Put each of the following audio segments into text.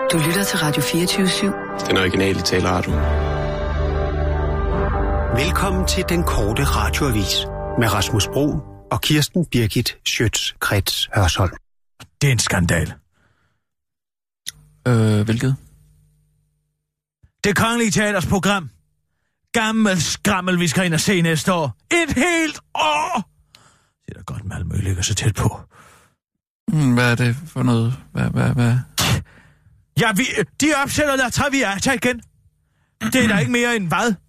Du lytter til Radio 24/7. Den originale taleradio. Velkommen til den korte radioavis med Rasmus Bro og Kirsten Birgit Schøtz-Krets Hørsholm. Det er en skandal. Hvilket? Det Kongelige Teaters program. Gammel skrammel, vi skal ind og se næste år. Et helt år! Det er da godt, Malmø ligger så tæt på. Hvad er det for noget? Hvad? Ja, de opsætter La Traviata igen. Det er da ikke mere end hvad?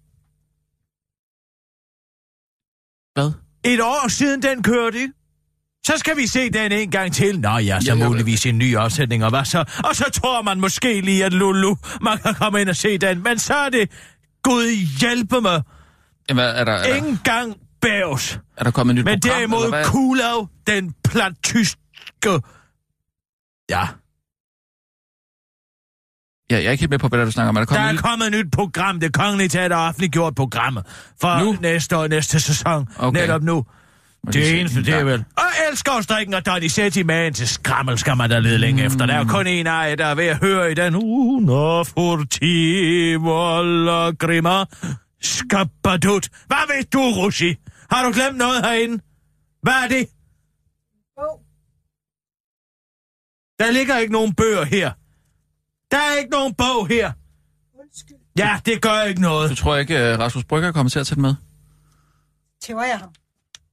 Hvad? Et år siden den kørte, ikke? Så skal vi se den en gang til. Nå ja, så muligvis en ny opsætning, og hvad så? Og så tror man måske lige, at Lulu, man kan komme ind og se den. Men så er det, Gud hjælpe mig. Jamen, er der... Ingen gang bævs. Er der kommet et nyt men program? Men derimod Kulau, den plattyske... Ja. Ja, jeg er ikke helt med på, hvad du snakker om. Der er kommet et nyt program. Det Kongelige Teater har offentliggjort programmet for nu? Næste år, næste sæson. Okay. Netop nu. Det eneste, det er vel. Og elskovsdrikken og Donizetti magen til skrammel skal man da lede længe efter. Der er jo kun en af der er ved at høre i den. Una furtivo lagrima skabadut. Hvad ved du, Rushi? Har du glemt noget herinde? Hvad er det? Der ligger ikke nogen bøger her. Der er ikke nogen bog her. Undskyld. Ja, det gør ikke noget. Du tror ikke, Rasmus Brygger kommer til at tage det med? Tæver jeg ham.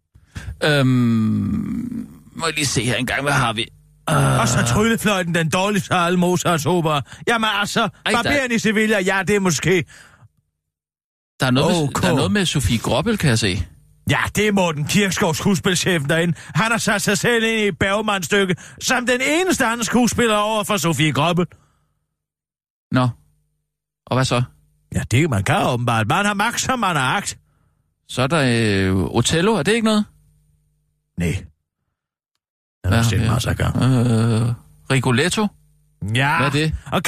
Må jeg lige se her engang, hvad har vi? Og så Tryllefløjten, den dårligste af alle Mozarts opera. Jamen altså, Barberen i Sevilla, ja, det er måske... Der er noget med Sofie Gråbøl, kan jeg se. Ja, det er Morten Kirkskov, skuespilchefen derinde. Han har sat sig selv ind i et Bergman-stykke, som den eneste anden skuespiller over for Sofie Gråbøl. Nå. Og hvad så? Ja, det man kan åbenbart. Man har magt, som man har agt. Så er der Otello, er det ikke noget? Nej. Den har set masser af gang. Rigoletto? Ja. Hvad er det? Og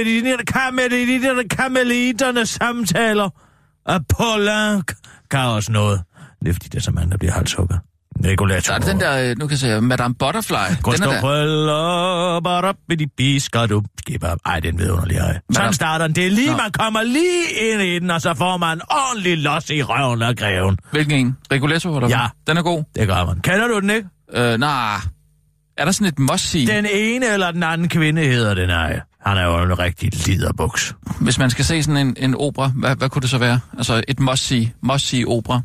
karmeliternes samtaler. Og Paulin kan også noget. Det er fordi, det er så mange, der bliver halshugget. Rigoletto. Der er den der, nu kan jeg se, Madame Butterfly. Den er der. Ej, den vidunderlige ej. Sådan starter den. Det er lige, man kommer lige ind i den, og så får man en ordentlig los i røven af greven. Hvilken en? Rigoletto, eller hvad? Ja. Den er god. Det gør man. Kender du den, ikke? Nej. Er der sådan et must-see? Den ene eller den anden kvinde hedder den ej. Han er jo en rigtig liderbuks. Hvis man skal se sådan en opera, hvad kunne det så være? Altså et must-see opera.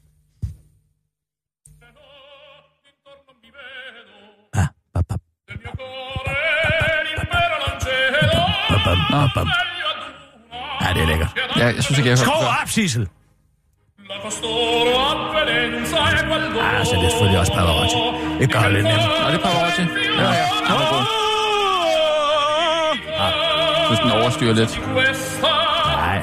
Ja, det er lækkert. Ja, jeg synes ikke, jeg har hørt. Skru op, Sissel! Ja, altså, det er selvfølgelig også Pavarotti. Det gør lidt nemt. Nå, det er Pavarotti. Ja. Den er god. Ja, jeg synes, den overstyrer lidt. Nej.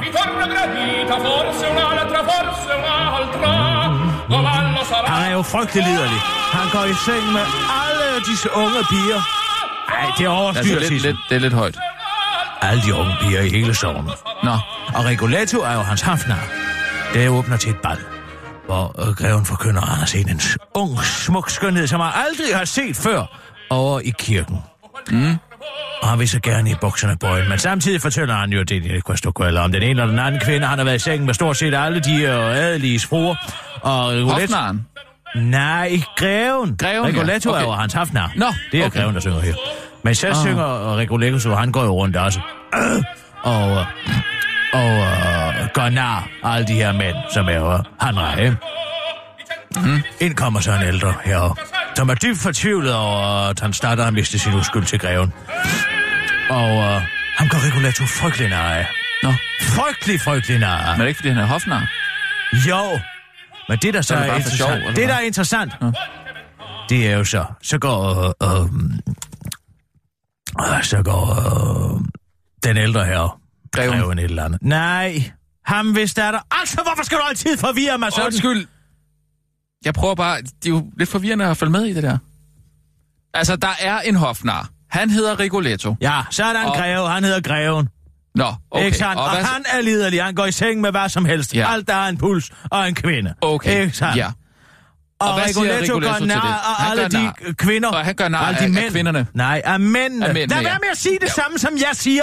Han er jo frygtelig liderlig. Han går i seng med alle disse unge piger. Nej, det overstyrer Sissel. Det er lidt højt. Alle de unge piger i hele sovnen. Nå. Og Rigoletto er jo hans hafnar. Det åbner til et bal, hvor greven forkynder, at han har set en ung, smuk skønhed, som han aldrig har set før, over i kirken. Og han vil så gerne i bukserne bøjen, men samtidig fortæller han jo, det ikke kunne om den ene eller den anden kvinde. Han har været i sengen med stort set alle de adeliges fruer. Og Rigoletto... Hofnaren? Nej, greven. Rigoletto er jo hans hafnar. Nå, det er greven, der synger her. Men så synger Rigoletto, så han går jo rundt også. Og gør nar alle de her mænd, som er jo hanreje. Ind kommer så en ældre herovre, som er dybt fortvivlet over, at han starter at miste sin uskyld til greven. Og han gør Rigoletto frygtelig nar. Nå. Frygtelig nar. Men er det ikke, fordi han er hofnar? Jo, men det der så er interessant, sjov, det der er interessant, det er jo så går den ældre her, greven et eller andet. Nej, ham hvis der er der. Altså, hvorfor skal du altid forvirre mig sådan? Undskyld. Jeg prøver bare, det er jo lidt forvirrende at følge med i det der. Altså, der er en hofnar. Han hedder Rigoletto. Ja, så er der en greve, han hedder greven. Nå, okay. Ikke sandt? Og han er liderlig, han går i seng med hvad som helst. Ja. Alt der er en puls og en kvinde. Okay, ikke sandt? Ja. Og Rigoletto gør nar af alle de kvinder. Og han gør nar af kvinderne. Nej, af mændene. Lad være med at sige det samme, som jeg siger.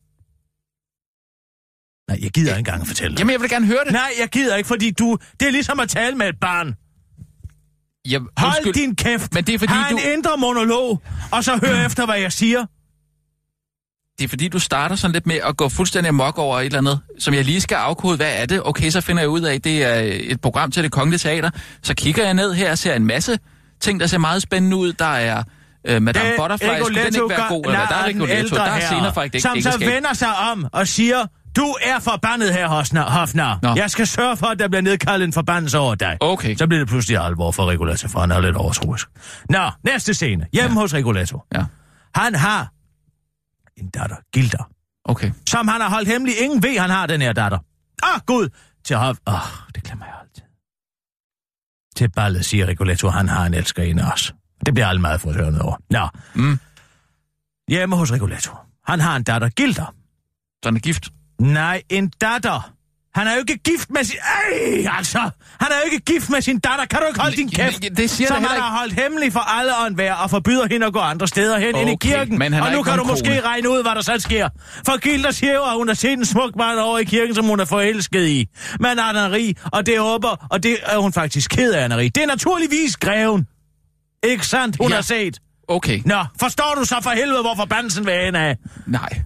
Nej, jeg gider ikke engang at fortælle dig. Jamen, jeg vil gerne høre det. Nej, jeg gider ikke, fordi det er ligesom at tale med et barn. Hold din kæft. Men det er fordi, en indre monolog, og så hør efter, hvad jeg siger. Det er fordi, du starter sådan lidt med at gå fuldstændig amok over et eller andet, som jeg lige skal afkode. Hvad er det? Okay, så finder jeg ud af, at det er et program til Det Kongelige Teater. Så kigger jeg ned her og ser en masse ting, der ser meget spændende ud. Der er Madame Butterfly. Skulle den ikke være god? Eller der er Rigoletto. Der er scener fra ikke som så vender sig om og siger, du er forbandet her, Hofnar. Nå. Jeg skal sørge for, at der bliver nedkaldt en forbandelse over dig. Okay. Så bliver det pludselig alvor for Rigoletto, for han er lidt overtroisk. Nå, næste scene. Hjemme hos Rigoletto. Ja. Han har en datter, Gilda. Okay. Som han har holdt hemmelig. Ingen ved, han har den her datter. Gud. Til det glemmer jeg altid. Til ballet siger Rigoletto, han har en elskerinde også. Det bliver alt meget forhørende over. Nå. Hjemme hos Rigoletto. Han har en datter, Gilda. Så han er gift? Nej, en datter. Han er jo ikke gift med sin... Han er jo ikke gift med sin datter. Kan du ikke holde din kæft? Det siger som han har holdt hemmelig for alle og enhver, og forbyder hende at gå andre steder hen end i kirken. Og nu kan du måske regne ud, hvad der så sker. For Gilda siger jo, at hun har set en smuk mand over i kirken, som hun er forelsket i. Men Anna-Marie, og det håber, og det er hun faktisk ked af, Anna-Marie. Det er naturligvis greven. Ikke sandt, hun har set? Okay. Nå, forstår du så for helvede, hvor forbandelsen vil ende af? Nej.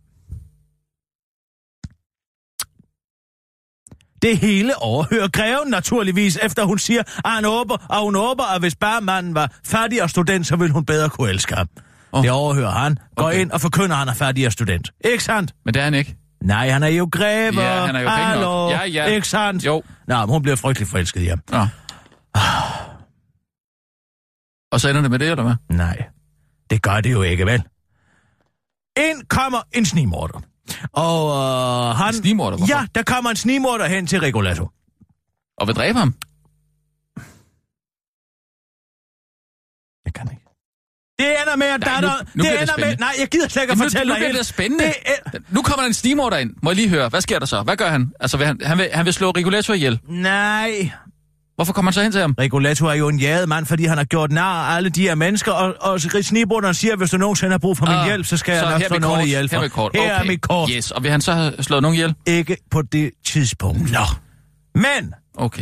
Det hele overhører greven naturligvis, efter hun siger, at hun håber, at hvis bare manden var fattig og student, så ville hun bedre kunne elske ham. Det overhører han, går ind og forkynder, at han er fattig og student. Ikke sandt? Men det er han ikke. Nej, han er jo greve. Ja, han er jo penge nok. Ja. Ikke sandt? Jo. Nå, men hun bliver frygtelig forelsket i ham. Ja. Og så ender det med det, eller hvad? Nej, det gør det jo ikke, vel? Ind kommer en snigmorder. Og han... En snigmorder? Hvorfor? Ja, der kommer en snigmorder hen til Rigoletto. Og vil dræbe ham? Jeg kan ikke. Det ender med, at nej, jeg gider slet ikke at fortælle dig. Nu bliver det spændende. Nu kommer der en snigmorder ind. Må jeg lige høre, hvad sker der så? Hvad gør han? Altså, han vil slå Rigoletto ihjel? Nej. Hvorfor kommer han så hen til ham? Rigoletto er jo en jaget mand, fordi han har gjort nar af alle de her mennesker, og snigborderen siger, at hvis du nogensinde har brug for min hjælp, så skal jeg nok slå nogen ihjel for. Her er mit kort. Yes, og vil han så have slået nogen ihjel? Ikke på det tidspunkt. Nå. Men... Okay.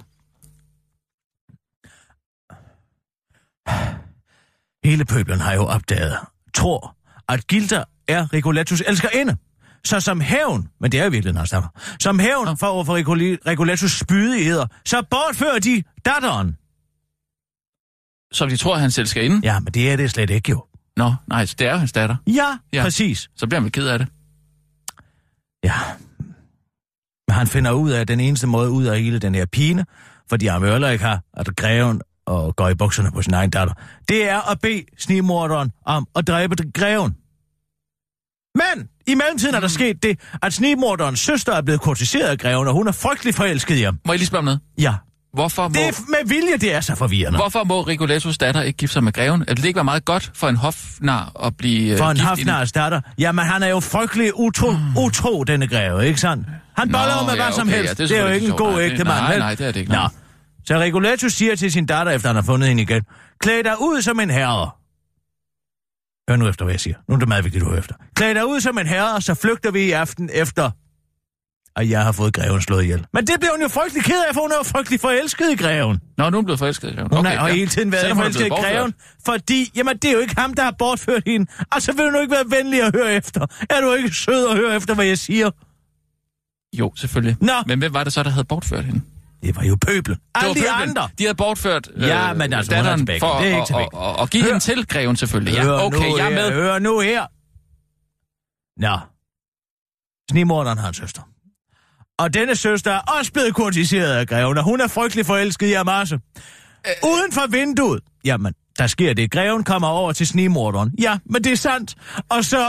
Hele pøblen har jo opdaget, tror, at Gilda er Rigolettos elskerinde. Så som hævn, men det er jo virkelig en stammer, som hævn for overfor Rigolettos spydigheder, så bortfører de datteren. Så de tror, at han selv skal inde? Ja, men det er det slet ikke jo. Nå, nej, så det er hans datter. Ja, præcis. Så bliver han ked af det. Ja. Men han finder ud af, at den eneste måde ud af hele den her pine, fordi han heller ikke har, at greven og går i bukserne på sin egen datter, det er at bede snigmorderen om at dræbe greven. Men i mellemtiden er der sket det, at snigmorderens søster er blevet kortiseret af greven, og hun er frygtelig forelsket i ham. Må jeg lige spørge om noget? Ja. Hvorfor må... Det er med vilje, det er så forvirrende. Hvorfor må Rigolettos datter ikke gifte sig med greven? Vil det ikke være meget godt for en hofnar at blive for en hofnars datter? Jamen, han er jo frygtelig utro, denne greve, ikke sandt? Han boller jo med hvad som helst. Ja, det er jo ikke en god ægte mand, vel? Nej, det er det ikke. Nå. Så Rigoletto siger til sin datter, efter han har fundet hende igen, klæd dig ud som en herre. Hør nu efter, hvad jeg siger. Nu er det meget vigtigt, du hører efter. Klæd dig ud som en herre, så flygter vi i aften efter, at jeg har fået greven slået ihjel. Men det blev hun jo frygtelig ked af, for hun er jo frygtelig forelsket i greven. Nå, nu er hun blevet forelsket i greven. Hun har hele tiden været forelsket i greven, fordi, jamen det er jo ikke ham, der har bortført hende. Altså vil du ikke være venlig at høre efter? Er du ikke sød at høre efter, hvad jeg siger? Jo, selvfølgelig. Nå. Men hvem var det så, der havde bortført hende? Det var jo pøblen. Alle de andre. De havde bortført men altså, datteren for at give hende til greven selvfølgelig. Ja, okay, jeg er med. Hør nu her. Nå. Snigmorderen har en søster. Og denne søster er også blevet kortiseret af greven, og hun er frygtelig forelsket i Amasse. Uden for vinduet. Jamen, der sker det. Greven kommer over til snigmorderen. Ja, men det er sandt. Og så...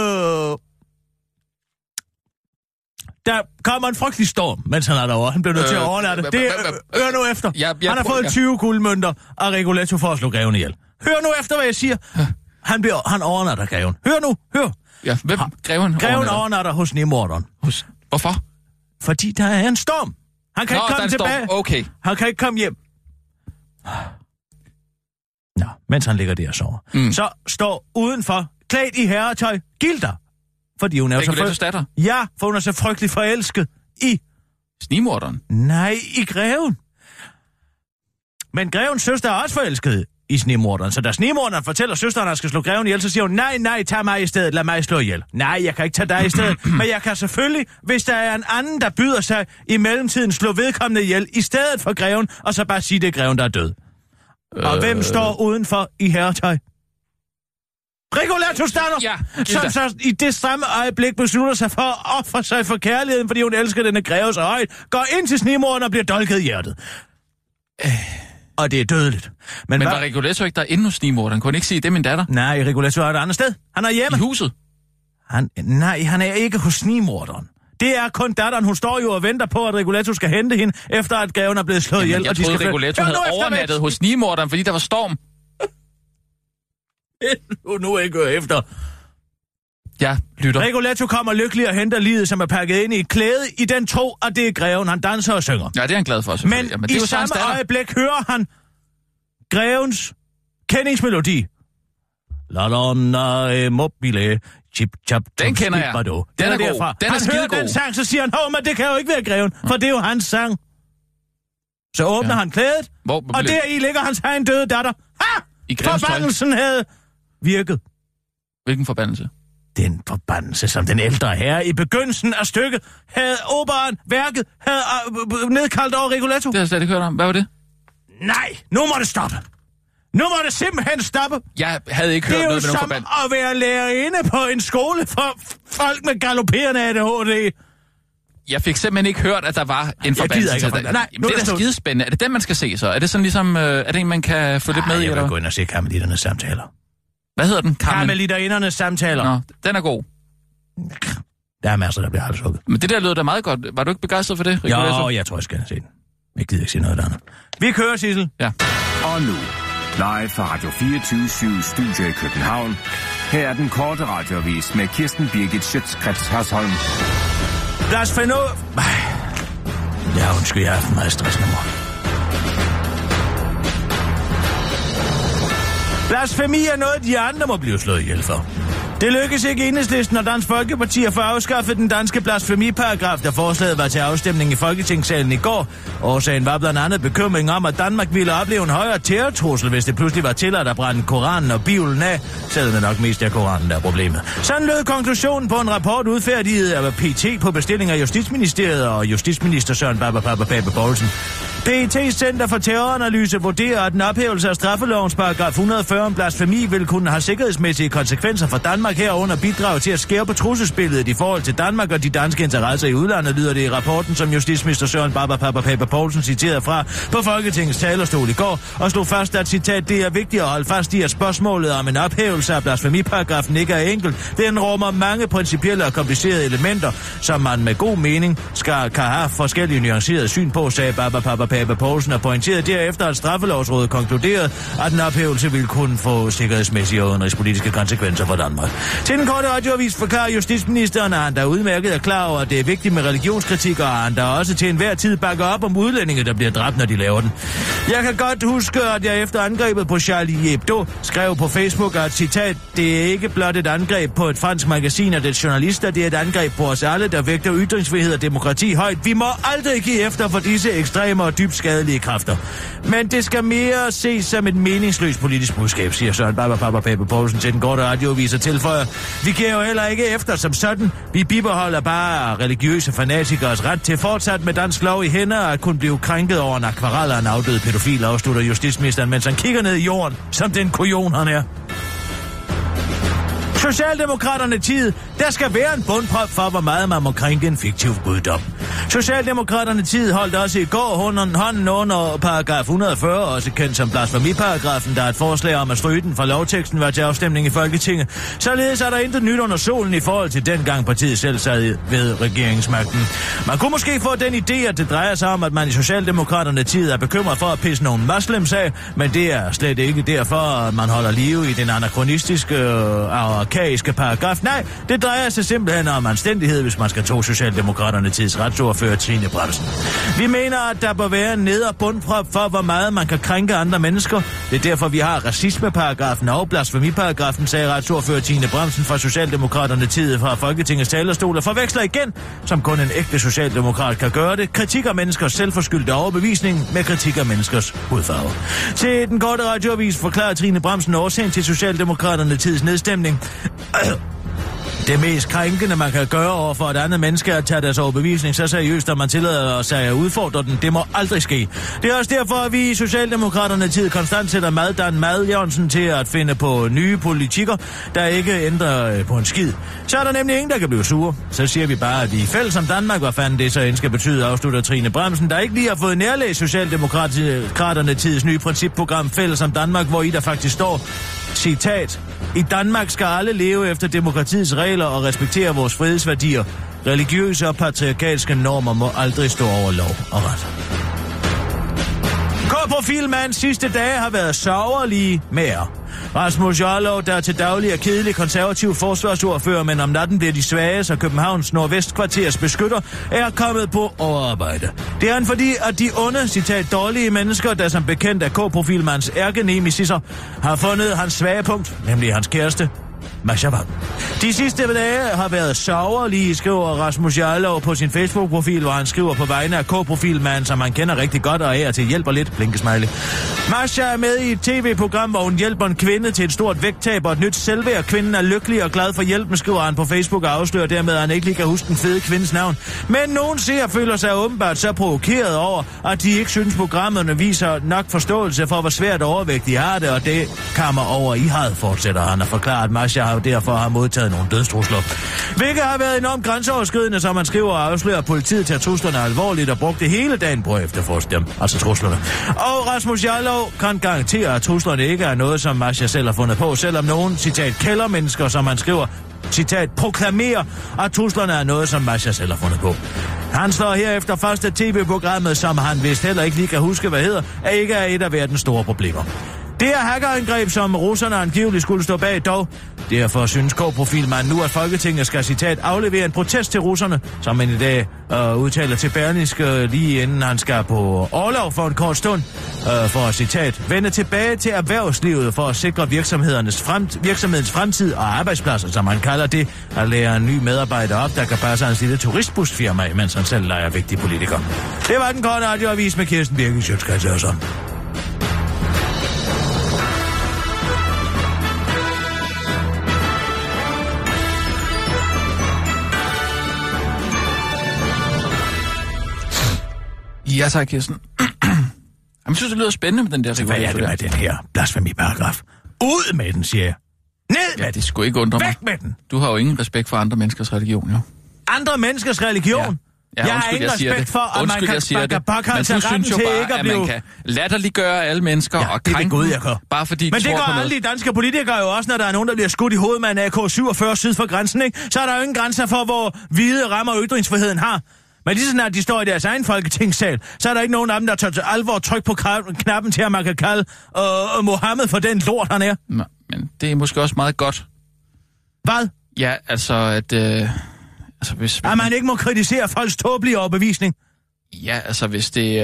Der kommer en frygtelig storm, mens han er derovre. Han bliver nødt til at overnatte. Hør nu efter. Han har fået 20 guldmønter af Rigoletto for at slå greven ihjel. Hør nu efter, hvad jeg siger. Han overnatter greven. Hør nu, hør. Ja, hvem? Greven overnatter hos snigmorderen. Hvorfor? Fordi der er en storm. Han kan ikke komme tilbage. Okay. Han kan ikke komme hjem. Nå, mens han ligger der og sover. Så står udenfor, klædt i herretøj, Gilda. Fordi hun er så frygtelig. Ja, for hun er så frygtelig forelsket i... Snigmorderen? Nej, i greven. Men grevens søster er også forelsket i snigmorderen. Så da snigmorderen fortæller søsteren, at han skal slå greven ihjel, så siger hun, nej, tag mig i stedet, lad mig slå ihjel. Nej, jeg kan ikke tage dig i stedet, men jeg kan selvfølgelig, hvis der er en anden, der byder sig, i mellemtiden slå vedkommende ihjel, i stedet for greven, og så bare sige, det er greven, der er død. Og hvem står udenfor i herretøj? Rigoletto Stanner, ja, som så i det samme øjeblik beslutter sig for at ofre sig for kærligheden, fordi hun elsker denne greve så højt, går ind til snigmorderen og bliver dolket i hjertet. Og det er dødeligt. Men var Rigoletto ikke derinde hos snigmorderen? Kunne han ikke sige, det er min datter? Nej, Rigoletto er et andet sted. Han er hjemme. I huset? Nej, han er ikke hos snigmorderen. Det er kun datteren. Hun står jo og venter på, at Rigoletto skal hente hende, efter at greven er blevet slået ihjel. Jeg troede, Rigoletto havde overnattet hos snigmorderen, fordi der var storm. Nu ikke høre efter. Ja, lytter. Rigoletto kommer lykkelig og henter livet, som er pakket ind i et klæde, i den tro, at det er greven. Han danser og synger. Ja, det er han glad for, Men det i samme øjeblik hører han grevens kendingsmelodi. La donna mobile, chip chap. Den kender jeg. Den er god. Derfra. Den er skidegod. Han hører den sang, så siger han, men det kan jo ikke være greven, for det er jo hans sang. Så åbner han klædet, og deri ligger hans egen døde datter. Ha! Forbandelsen havde virket. Hvilken forbandelse? Den forbandelse, som den ældre herre i begyndelsen af stykket havde værket havde nedkaldt over Rigoletto. Det har jeg slet ikke hørt om. Hvad var det? Nej, nu må det stoppe. Nu må det simpelthen stoppe. Jeg havde ikke hørt noget med nogen forbandelse. Det er jo som at være lærerinde på en skole for folk med galopperende ADHD. Jeg fik simpelthen ikke hørt, at der var en forbandelse. Nej, det er da skidespændende. Er det den, man skal se så? Er det sådan ligesom, er det en, man kan få lidt med i? Jeg vil gå ind og se Karmelitternes samtaler. Hvad hedder den? Karmelitternes samtaler. Nå, den er god. Der er masser, der bliver halshugget. Men det der lød da meget godt. Var du ikke begejstret for det, Rigoletto? Jo, jeg tror, jeg skal se den. Jeg gider ikke sige noget andet. Vi kører, Sissel. Ja. Og nu, live fra Radio 24/7 Studio i København. Her er den korte radioavis med Kirsten Birgit Schøtz-Krets Hørsholm. Blasfemi... Ja, undskyld, jeg har haft meget stressende mor. Blasfemi er noget, de andre må blive slået ihjel for. Det lykkedes ikke Enhedslisten og Dansk Folkeparti at få afskaffet den danske blasfemiparagraf, da forslaget var til afstemning i Folketingssalen i går. Årsagen var blandt andet bekymring om, at Danmark ville opleve en højere terrortrussel, hvis det pludselig var tilladt at brænde Koranen og Bibelen af, selvom det nok mest er Koranen, der er problemet. Sådan lød konklusionen på en rapport udfærdiget af PT på bestilling af Justitsministeriet og justitsminister Søren Pape Poulsen. PET's Center for Terroranalyse vurderer, at en ophævelse af straffelovens paragraf 140 om blasfemi vil kunne have sikkerhedsmæssige konsekvenser for Danmark, herunder bidrag til at skærpe trusselsbilledet i forhold til Danmark og de danske interesser i udlandet, lyder det i rapporten, som justitsminister Søren Pape Poulsen citerede fra på Folketingets talerstol i går, og slog fast, at citat, det er vigtigt at holde fast i, at spørgsmålet om en ophævelse af blasfemiparagrafen ikke er enkelt. Den rummer mange principielle og komplicerede elementer, som man med god mening kan have forskellige nuancerede syn på, sagde Pape Poulsen, og pointerede derefter, at Straffelovsrådet konkluderede, at en ophævelse ville kunne få sikkerhedsmæssige og udenrigspolitiske konsekvenser for Danmark. Til den korte radioavis forklarer justitsministeren, at han der udmærket er klar over, at det er vigtigt med religionskritik, og han der også til enhver tid bakker op om udlændinge, der bliver dræbt, når de laver den. Jeg kan godt huske, at jeg efter angrebet på Charlie Hebdo skrev på Facebook, at citat, det er ikke blot et angreb på et fransk magasin og dets journalister, det er et angreb på os alle, der vægter ytringsfrihed og demokrati højt. Vi må aldrig give efter for disse ekstreme og dybt skadelige kræfter. Men det skal mere ses som et meningsløst politisk budskab, siger Søren Pape Poulsen til den korte radioavis og tilføjer. Vi giver jo heller ikke efter som sådan. Vi bibeholder bare religiøse fanatikers ret til fortsat med dansk lov i hænder at kunne blive krænket over en akvarel af en afdød pædofil, afslutter justitsministeren, mens han kigger ned i jorden, som den kujon han er. Socialdemokraterne tid, der skal være en bundprop for, hvor meget man må krænke en fiktiv guddom. Socialdemokraterne tid holdt også i går hånden under paragraf 140, også kendt som blasfemiparagrafen, der er et forslag om at stryge den fra lovteksten var til afstemning i Folketinget. Således er der intet nyt under solen i forhold til dengang partiet selv sad ved regeringsmagten. Man kunne måske få den idé, at det drejer sig om, at man i Socialdemokraterne tid er bekymret for at pisse nogle muslims af, men det er slet ikke derfor, at man holder liv i den anakronistiske og arkaiske paragraf. Nej, det drejer sig simpelthen om anstændighed, hvis man skal tro Socialdemokraterne tids retsordfører Trine Bramsen. Vi mener, at der bør være en ned- og bundprop for, hvor meget man kan krænke andre mennesker. Det er derfor, vi har racismeparagrafen og blasfemiparagrafen, sagde retsordfører Trine Bramsen fra Socialdemokraterne tid fra Folketingets talerstol og forveksler igen, som kun en ægte socialdemokrat kan gøre det, kritik af menneskers selvforskyldte overbevisning med kritik af menneskers hudfarve. Til den korte radioavis forklarer Trine Bramsen årsagen til Socialdemokraterne tids nedstemning. Det mest krænkende, man kan gøre over for et andet menneske, er at tage deres overbevisning så seriøst, at man tillader sig at udfordre den. Det må aldrig ske. Det er også derfor, at vi i Socialdemokraterne tid konstant sætter Mad Jørgensen til at finde på nye politikker, der ikke ændrer på en skid. Så er der nemlig ingen, der kan blive sure. Så siger vi bare, at vi er fælles som Danmark, hvad fanden det så end skal betyde, afslutter Trine Bramsen, der ikke lige har fået nærlæst Socialdemokraterne tids nye principprogram Fælles som Danmark, hvor i der faktisk står, citat: i Danmark skal alle leve efter demokratiets regler og respektere vores frihedsværdier. Religiøse og patriarkalske normer må aldrig stå over lov og ret. K-profilmandens sidste dage har været sørgerlige med jer. Rasmus Jarlov, der til daglig er kedelig konservativ forsvarsordfører, men om natten bliver de svage, så Københavns Nordvestkvarters beskytter er kommet på overarbejde. Det er han fordi, at de onde, citat, dårlige mennesker, der som bekendt er K-profilmandens ærkenemesiser, har fundet hans svage punkt, nemlig hans kæreste, Masha Wang. De sidste dage har været sørgerlige, skriver Rasmus Jarlov på sin Facebook-profil, hvor han skriver på vegne af K-profilmanden, som han kender rigtig godt og er til hjælper lidt, blinkesmiley. Masha er med i et tv-program, hvor hun hjælper en kvinde til et stort vægttab og et nyt selvværd. Kvinden er lykkelig og glad for hjælpen, skriver han på Facebook og afslører dermed, at han ikke lige kan huske den fede kvindes navn. Men nogen ser føler sig åbenbart så provokeret over, at de ikke synes, programmerne viser nok forståelse for, hvor svært overvægtige har det, og det kammer over i had, fortsætter han og forklarer, at Masha har derfor har modtaget nogle dødstrusler. Hvilket har været enormt grænseoverskridende, som man skriver og afslører, at politiet tager truslerne alvorligt og brugte hele dagen på at efterforske dem, altså truslerne. Og Rasmus Jarlov kan garantere, at truslerne ikke er noget, som Masha selv har fundet på, selvom nogen, citat, kældermennesker, som man skriver, citat, proklamerer, at truslerne er noget, som Masha selv har fundet på. Han slår herefter fast, at tv-programmet, som han vist heller ikke lige kan huske, hvad hedder, er ikke er et af verdens store problemer. Det er hackerangreb, som russerne angiveligt skulle stå bag dog. Derfor synes K-profilmanden nu, at Folketinget skal, citat, aflevere en protest til russerne, som man i dag udtaler til Berlingske, lige inden han skal på orlov for en kort stund, for at, citat, vende tilbage til erhvervslivet for at sikre virksomhedens fremtid og arbejdspladser, som man kalder det, at lære en ny medarbejder op, der kan passe hans lille turistbusfirma, mens han selv leger vigtig politiker. Det var den korte radioavis med Kirsten Birgit Schøtz-Krets Hørsholm. Ja, tak, Kirsten. Jeg synes, det lyder spændende med den der... Hvad er det med den her blasfemiparagraf? Ud med den, siger jeg. Ned med det skulle ikke undre mig. Væk med den! Du har jo ingen respekt for andre menneskers religion, jo. Andre menneskers religion? Ja, jeg har ingen respekt for, at man kan påkalde sig retten til ikke at blive... man kan latterliggøre alle mennesker og krænke dem, bare fordi men de tror på noget. Men det gør alle de danske politikere jo også, når der er nogen, der bliver skudt i hovedet med en AK-47 syd for grænsen, ikke? Så er der jo ingen grænser for, hvor hvide rammer ytringsfriheden har. Men lige så snart de står i deres egen folketingssal, så er der ikke nogen af dem, der tør til alvor trykke på knappen til, at man kan kalde Mohammed for den lort, han er. Men det er måske også meget godt. Hvad? Ja, altså at... hvis at man ikke må kritisere folks tåbelige overbevisning. Ja, altså hvis det...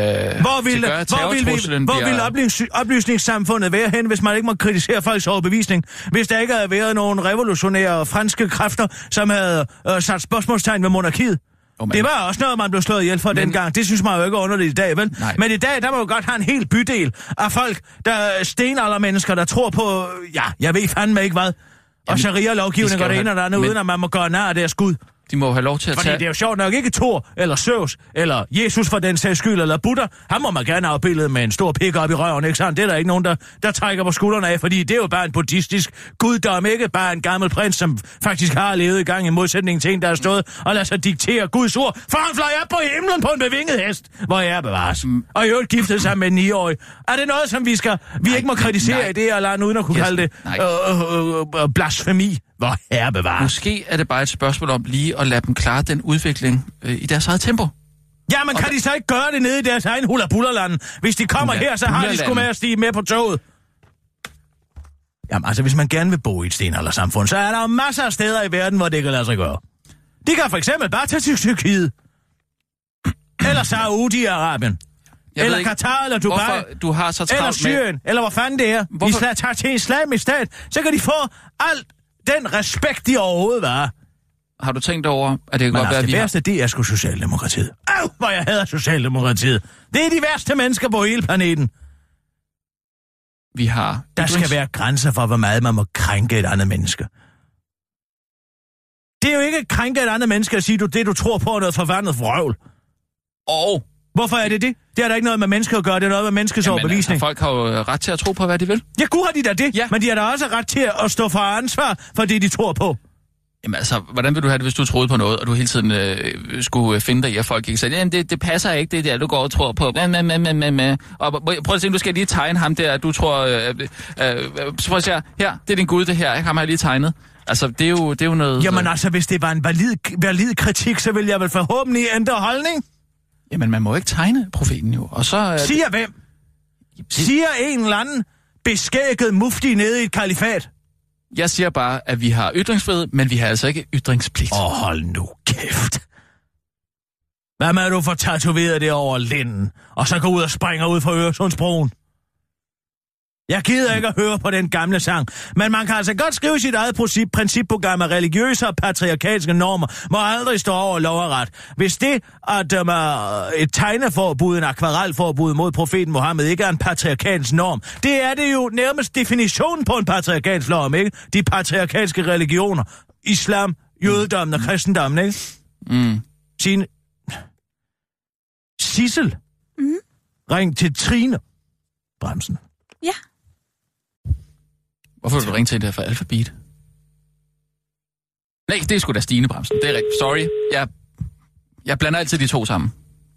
Hvor vil oplysningssamfundet være hen, hvis man ikke må kritisere folks overbevisning? Hvis der ikke havde været nogen revolutionære franske kræfter, som havde sat spørgsmålstegn ved monarkiet? Det var også noget, man blev slået ihjel for dengang. Det synes man jo ikke er underligt i dag, vel? Nej. Men i dag, der må jo godt have en hel bydel af folk, der stenaldermennesker, der tror på, ja, jeg ved fandme ikke hvad. Og sharia-lovgivning og det ene og det andet, uden at man må gøre nær af deres Gud. De må have lov til at Fordi det er jo sjovt nok ikke Thor, eller Zeus, eller Jesus for den sags skyld, eller Buddha. Han må man gerne afbillede med en stor pik op i røven, ikke sandt? Det er der ikke nogen, der trækker på skuldrene af, fordi det er jo bare en buddhistisk guddom, ikke bare en gammel prins, som faktisk har levet i gang i modsætning til en, der har stået og lader sig diktere Guds ord, for han fløj op på himlen på en bevinget hest, hvor jeg bevares. Og i øvrigt giftede sig med en 9-årig. Er det noget, som vi ikke må kritisere i det, eller uden at kunne kalde det blasfemi? Hvor herre bevares. Måske er det bare et spørgsmål om lige at lade dem klare den udvikling i deres eget tempo. Ja, men kan de så ikke gøre det nede i deres egen hula-bullerland? Hvis de kommer her, så har de sgu med at stige med på toget. Jamen, altså, hvis man gerne vil bo i et stenaldersamfund, så er der jo masser af steder i verden, hvor det kan lade sig gøre. De kan for eksempel bare tage til Tyrkiet. Eller Saudi-Arabien. Eller Katar, eller Dubai. Hvorfor du har så travlt eller Syrien, eller hvor fanden det er. Hvorfor? De tager til Islamisk Stat, så kan de få alt den respekt, de overhovedet var. Har du tænkt over, at det kan godt være, at det værste, det er sgu Socialdemokratiet. Hvor jeg hader Socialdemokratiet. Det er de værste mennesker på hele planeten. Vi har... Der skal være grænser for, hvor meget man må krænke et andet menneske. Det er jo ikke at krænke et andet menneske at sige, det du tror på er noget forvandlet vrøvl. Hvorfor er det det? Det er der ikke noget med mennesker at gøre, det er noget med menneskets overbevisning. Altså, folk har jo ret til at tro på, hvad de vil. Ja, gud har de da det, ja. Men de har da også ret til at stå for ansvar for det, de tror på. Jamen altså, hvordan vil du have det, hvis du troede på noget, og du hele tiden skulle finde dig i, at folk ikke sagde, jamen det passer ikke, det der, du går og tror på. Og prøv at se, du skal lige tegne ham der, du tror... prøv at se her, det er din gud, det her, ham har jeg lige tegnet. Altså, det er jo noget... Jamen altså, hvis det var en valid kritik, så vil jeg vel forhåbentlig ændre holdning. Jamen, man må ikke tegne profeten jo, og så... Siger hvem? Siger en eller anden beskægget mufti nede i et kalifat? Jeg siger bare, at vi har ytringsfrihed, men vi har altså ikke ytringspligt. Hold nu kæft. Hvad med, at du får tatoveret det over linden, og så går ud og springer ud fra Øresundsbroen? Jeg gider ikke at høre på den gamle sang, men man kan altså godt skrive sit eget principprogram af religiøse og patriarkalske normer, må aldrig stå over lov og ret. Hvis det, at et tegneforbud, en akvarelforbud mod profeten Mohammed ikke er en patriarkalsk norm, det er det jo nærmest definitionen på en patriarkalsk norm, ikke? De patriarkalske religioner, islam, jødedommen og kristendommen, ikke? Signe. Sissel. Ring til Trine Bremsen. Ja. Hvorfor vil du ringe til det her for Alphabet? Nej, det er sgu da Stine Bremsen. Det er rigtigt. Sorry. Jeg blander altid de to sammen.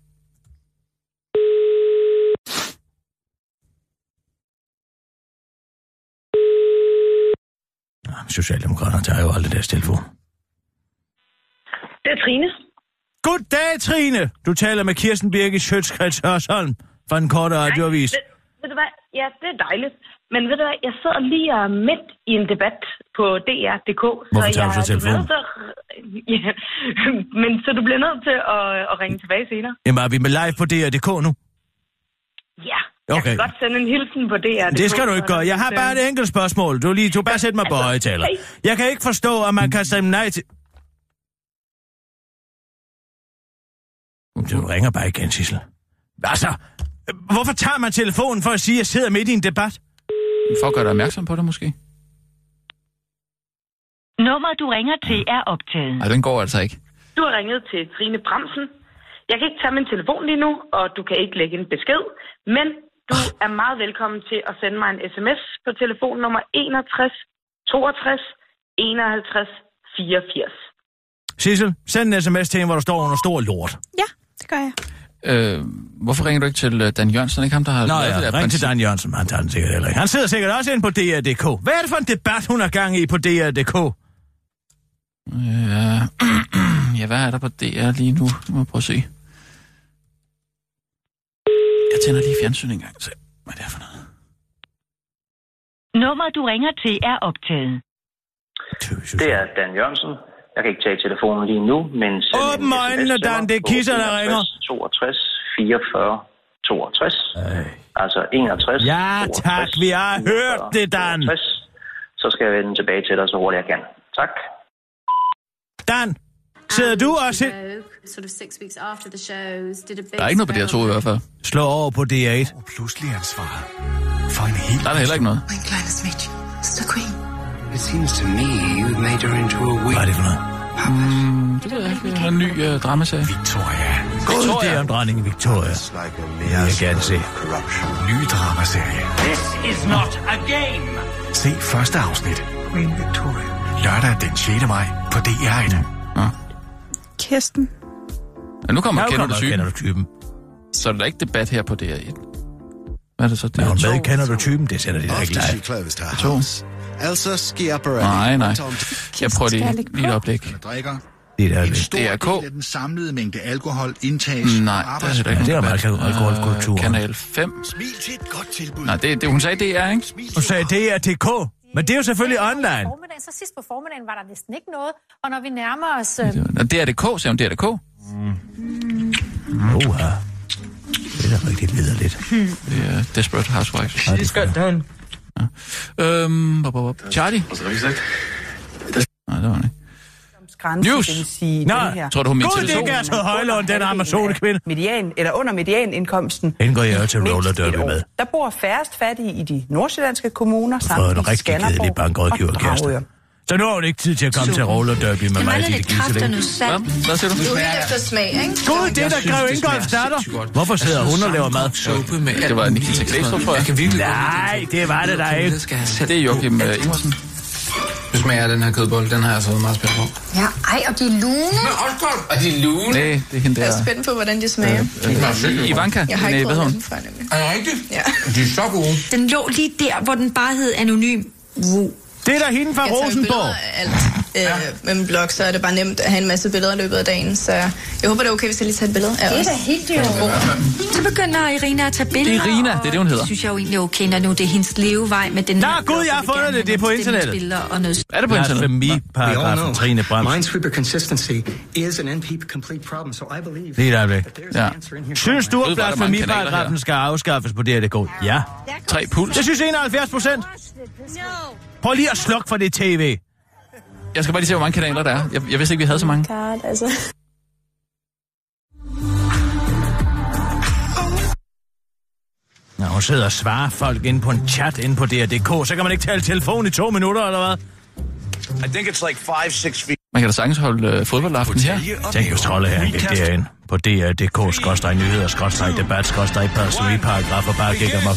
Socialdemokraterne tager jo aldrig deres telefon. Det er Trine. Goddag, Trine. Du taler med Kirsten Birgit Schøtz-Krets Hørsholm fra den korte radioavis. Ved du hvad? Ja, det er dejligt. Men ved du hvad, jeg sidder lige midt i en debat på DR.dk. Hvorfor tager du så telefonen? Men så du bliver nødt til at ringe tilbage senere. Jamen, er vi med live på DR.dk nu? Ja, jeg kan godt sende en hilsen på DR.dk. Det skal du ikke gøre. Jeg har bare et enkelt spørgsmål. Du bare sæt mig på højtaler. Jeg kan ikke forstå, at man kan stemme nej til... Du ringer bare igen, Sissel. Altså, hvorfor tager man telefonen for at sige, at jeg sidder midt i en debat? For at gøre dig opmærksom på det, måske. Nummer, du ringer til, er optaget. Nej, den går altså ikke. Du har ringet til Trine Bremsen. Jeg kan ikke tage min telefon lige nu, og du kan ikke lægge en besked. Men du er meget velkommen til at sende mig en sms på telefon nummer 61 62 51 84. Sissel, send en sms til en, hvor der står under stor lort. Ja, det gør jeg. Hvorfor ringer du ikke til Dan Jørgensen? Ikke ham, der har lavet det der ring til Dan Jørgensen. Han tager den sikkert heller ikke. Han sidder sikkert også inde på DR.dk. Hvad er det for en debat, hun har gang i på DR.dk? Ja, hvad er der på DR lige nu? Nu må jeg prøve at se. Jeg tænder lige fjernsyn en gang. Se, hvad det er for noget. Nummer, du ringer til, er optaget. Det er Dan Jørgensen. Jeg kan ikke tage telefonen lige nu, men... Åbn øjnene, Dan. Det er Kisser, der ringer. 62 44 62. Altså 61 ja, 62, tak. Vi har 44, hørt det, Dan. 62. Så skal jeg vende tilbage til dig så hurtigt jeg kan. Tak. Dan, sidder du også... Der er ikke noget på DR2 i hvert fald. Slå over på DR1. Og pludselig ansvaret for en helt... Der er heller ikke noget. Mein kleines Mädchen, Mr. Queen. It seems to me you've made her into a witch. Hvad er det for noget? Det ved jeg ikke. Det er en ny dramaserie. Victoria. God, det er en dronning Victoria. Jeg vil gerne se. Ny dramaserie. This is not a game. Se første afsnit. Queen Victoria. Lørdag den 6. maj på DR1. Ja. Kirsten. Ja, nu kommer Kender du typen. Så er der ikke debat her på DR1. Hvad er det så? Det er hun med, Kender du typen? Det sætter de da ikke live. Elsa Schiaparelli. Nej. Jeg prøver lige et oplæg. Det er en stor del af den samlede mængde alkohol indtages. Nej, det er ikke. Det er meget alkoholkultur. Kanal 5. Smil til et godt tilbud. Nej, det hun sagde DR, ikke? Hun sagde DR.dk. Men det er jo selvfølgelig online. Så sidst på formiddagen var der næsten ikke noget, og når vi nærmer os... DRDK, siger hun DRDK? Det er rigtig liderligt. Det er Desperate Housewives. Det er skønt, Dan. Charlie? Nej, det var han ikke. News! Nå, tror du, hun mente God, det er Gertrud Højlund, den Amazone-kvinde. Median, eller under medianindkomsten. Hende går jeg til roller derby med. Der bor færrest fattige i de nordsjællandske kommuner, samt i Skanderborg og Dragør. Så nu har hun ikke tid til at komme til roller derby med mig. Det kræfter nu salt. Hvad siger du? Du er helt efter smag, ikke? God, det er der Grev Ingolfs datter. Hvorfor sidder hun og laver mad? Det var Nikita Klæstrup, tror jeg. Nej, det var det der ikke. Det er Joachim Ingersen. Du smager den her kødbolle, den har jeg så meget spændt på. Ja, og de er lune. Og de er lune? Nej, det er hende der. Jeg er spændt på, hvordan de smager. Ivanka? Jeg har ikke prøvet den før, nemlig. Er det rigtigt? Ja. De er så gode. Den lå lige der, hvor den bare hed Anonym. Det er da hende fra Rosenborg. Med min blog, så er det bare nemt at have en masse billeder i løbet af dagen. Så jeg håber, det er okay, hvis jeg lige tager et billede af os. Det er da helt jo. Så begynder Irina at tage billeder. Irina, det er det, hun hedder. Det synes jeg jo egentlig er okay, når nu det er hendes levevej med den... Nå, gud, jeg har fundet det. Det er på internettet. Er det på internettet? Blasfemiparagrafen, Trine Brams. Minesweeper consistency is an NP-complete problem, so I believe... Det er der. Ja. Synes du, at blasfemiparagrafen skal afskaffes på DRDK? Ja. 3 puls. Det synes 71%. Prøv lige at slukke for det tv. Jeg skal bare lige se, hvor mange kanaler der er. Jeg vidste ikke, vi havde så mange. Når hun sidder og svarer folk ind på en chat inde på DRDK, så kan man ikke tale telefon i 2 minutter, eller hvad? I think it's like 5-6 feet. Man kan da sagtens holde fodboldaften her. Tænk jo trolde her, det derinde på DRDK-nyheder, debat, blasfemiparagrafer, bare gik om op.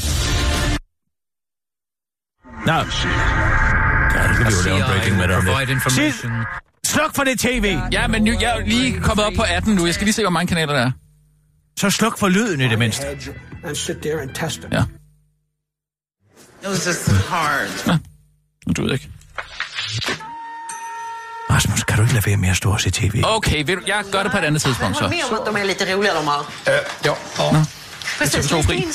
Nå. Ja, det kan vi jo lave en breaking med om det. Sluk for det tv! Ja, men jeg er lige kommet op på 18 nu. Jeg skal lige se, hvor mange kanaler der er. Så sluk for lyden i det mindste. Ja. It was just hard. Nu du ved ikke. Rasmus, kan du ikke lade være med at stå og se tv? Okay, jeg gør det på et andet tidspunkt, så. De är lite roligare de här. Ja. Precis,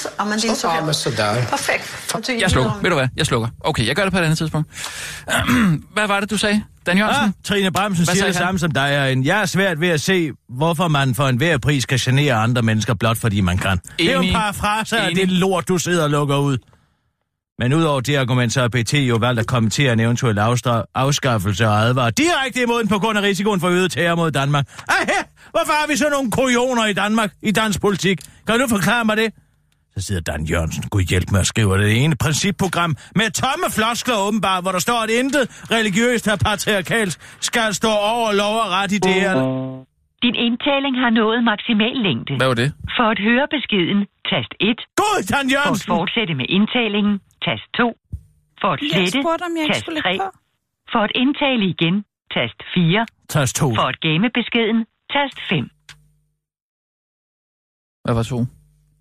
perfekt. Jeg slukker. Ved du hvad? Jeg slukker. Okay, jeg gør det på et andet tidspunkt. Hvad var det, du sagde? Dan Jørgensen? Trine Bramsen siger det samme som dig herinde. Jeg er svært ved at se, hvorfor man for enhver pris skal genere andre mennesker, blot fordi man kan. Det er jo en parafrase af det lort, du sidder og lukker ud. Men udover det argument, så har PT jo valgt at kommentere en eventuel afskaffelse og advare direkte imod den på grund af risikoen for øget terror mod Danmark. Hvorfor har vi så nogle kujoner i Danmark, i dansk politik? Kan du forklare mig det? Så sidder Dan Jørgensen, Gud hjælp med at skrive det ene principprogram med tomme floskler åbenbart, hvor der står, at intet religiøst og patriarkalsk skal stå over lov og ret i det her. Din indtaling har nået maksimal længde. Hvad var det? For at høre beskeden, tast 1. God, Dan Jørgensen! For at fortsætte med indtalingen, tast 2. For at slette, tast 3. For at indtale igen, tast 4. Tast 2. For at gemme beskeden, tast 5. Hvad var 2?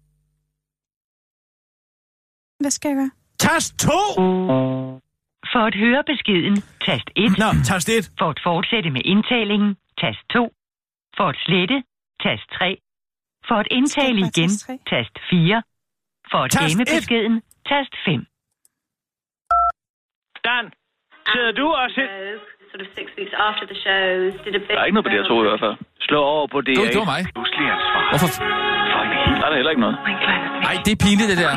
Hvad skal jeg gøre? Tast 2! For at høre beskeden, tast 1. Nå, tast 1. For at fortsætte med indtalingen, tast 2. For at slette, tast 3. For at indtale igen, tast 4. For at gemme beskeden, tast 5. Dan, sidder du og Sort of 6 weeks after the shows, did a bit... Der er ikke noget på DR2 i hvert fald. Slå over på DR1. Det var mig. Hvorfor? Der er heller ikke noget. Nej, det er pinligt, det der.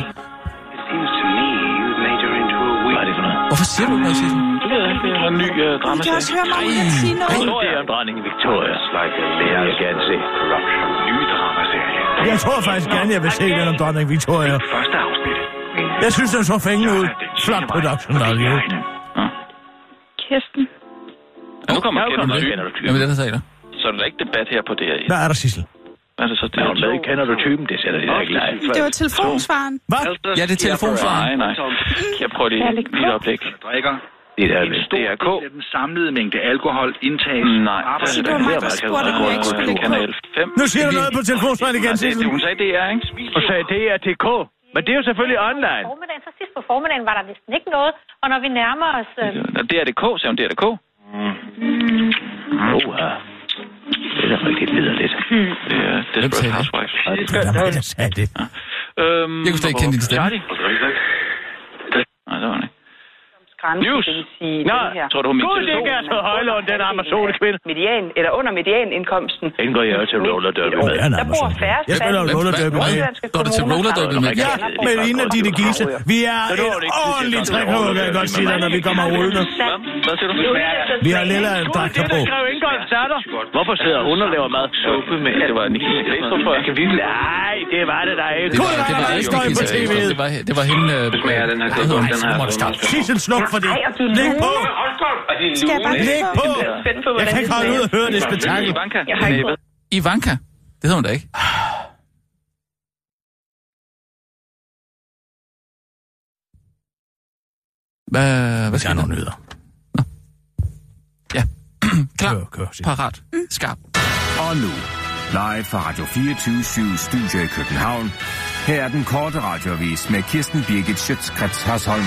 Hvad er det for noget? Hvorfor siger du noget, Sissel? Det ved jeg ikke. Det er en ny dramaserie. Du kan også høre mig uden at sige noget. Det er om dronning Victoria. Jeg vil gerne se Corruption. Ny dramaserie. Jeg tror faktisk gerne, jeg vil se den om dronning Victoria. Første afsnit. Jeg synes, den så fængende ud. Flot production, der er jo. Kirsten. Ja, nu kommer Kender du typen. Jamen, den sagde der. Så er der ikke debat her på DR1. Hvad er der, Sissel? Hvad er det så? Det er med, kender du typen? Det sætter de der ikke live. Det var telefonsvaren. Hvad? Ja, det er telefonsvaren. Nej. Jeg prøver lige et øjeblik. Drikker. Det er DRK. Det er den samlede mængde alkohol indtages. Nej, det var mig, der spurgte, om jeg ikke skulle lægge på. Kanal 5. Nu siger du noget på telefonsvaren igen, Sissel. Hun sagde DR, ikke? Hun sagde DRTK. Men det er jo selvfølgelig online. Så sidst på formiddagen var der næsten ikke noget, og når vi nærmer os... DRDK, sagde hun DRDK. Det er da rigtig liderligt. Det er Desperate Housewives. Det er skønt, der sagde det. Jeg kunne slet ikke kende din stemme. Nej, det var det ikke. grænse, News. det vil sige Nå, den her. tror du, min Gud, telefon? det Det er Gertrud Højlund, den Amazone-kvinde. Median, eller under medianindkomsten. Indgår jeg til roller derby med. Der bor færrest Jeg spiller roller derby med. Går du til roller derby med? Ja, med Ina Ditte Giese. Vi er et ordentligt trækår, kan jeg godt sige dig, når vi kommer rullende. Hvad siger du? Vi har lille dragter på. Hvorfor sidder hun og laver mad? Suppe med, det var en helt læstor, tror jeg. Nej, det var det der ikke. Det var hende... Sissel, sluk for det. Læg på. Læg på. Jeg kan ikke holde ud og høre det spektakel. Ivanka. Det hedder hun da ikke. Hvad skal nogle nyheder? Ja. Klar. Parat. Skarp. Og nu, live fra Radio 24/7 Studio i København. Her er den korte radioavis med Kirsten Birgit Schøtz-Krets Hørsholm.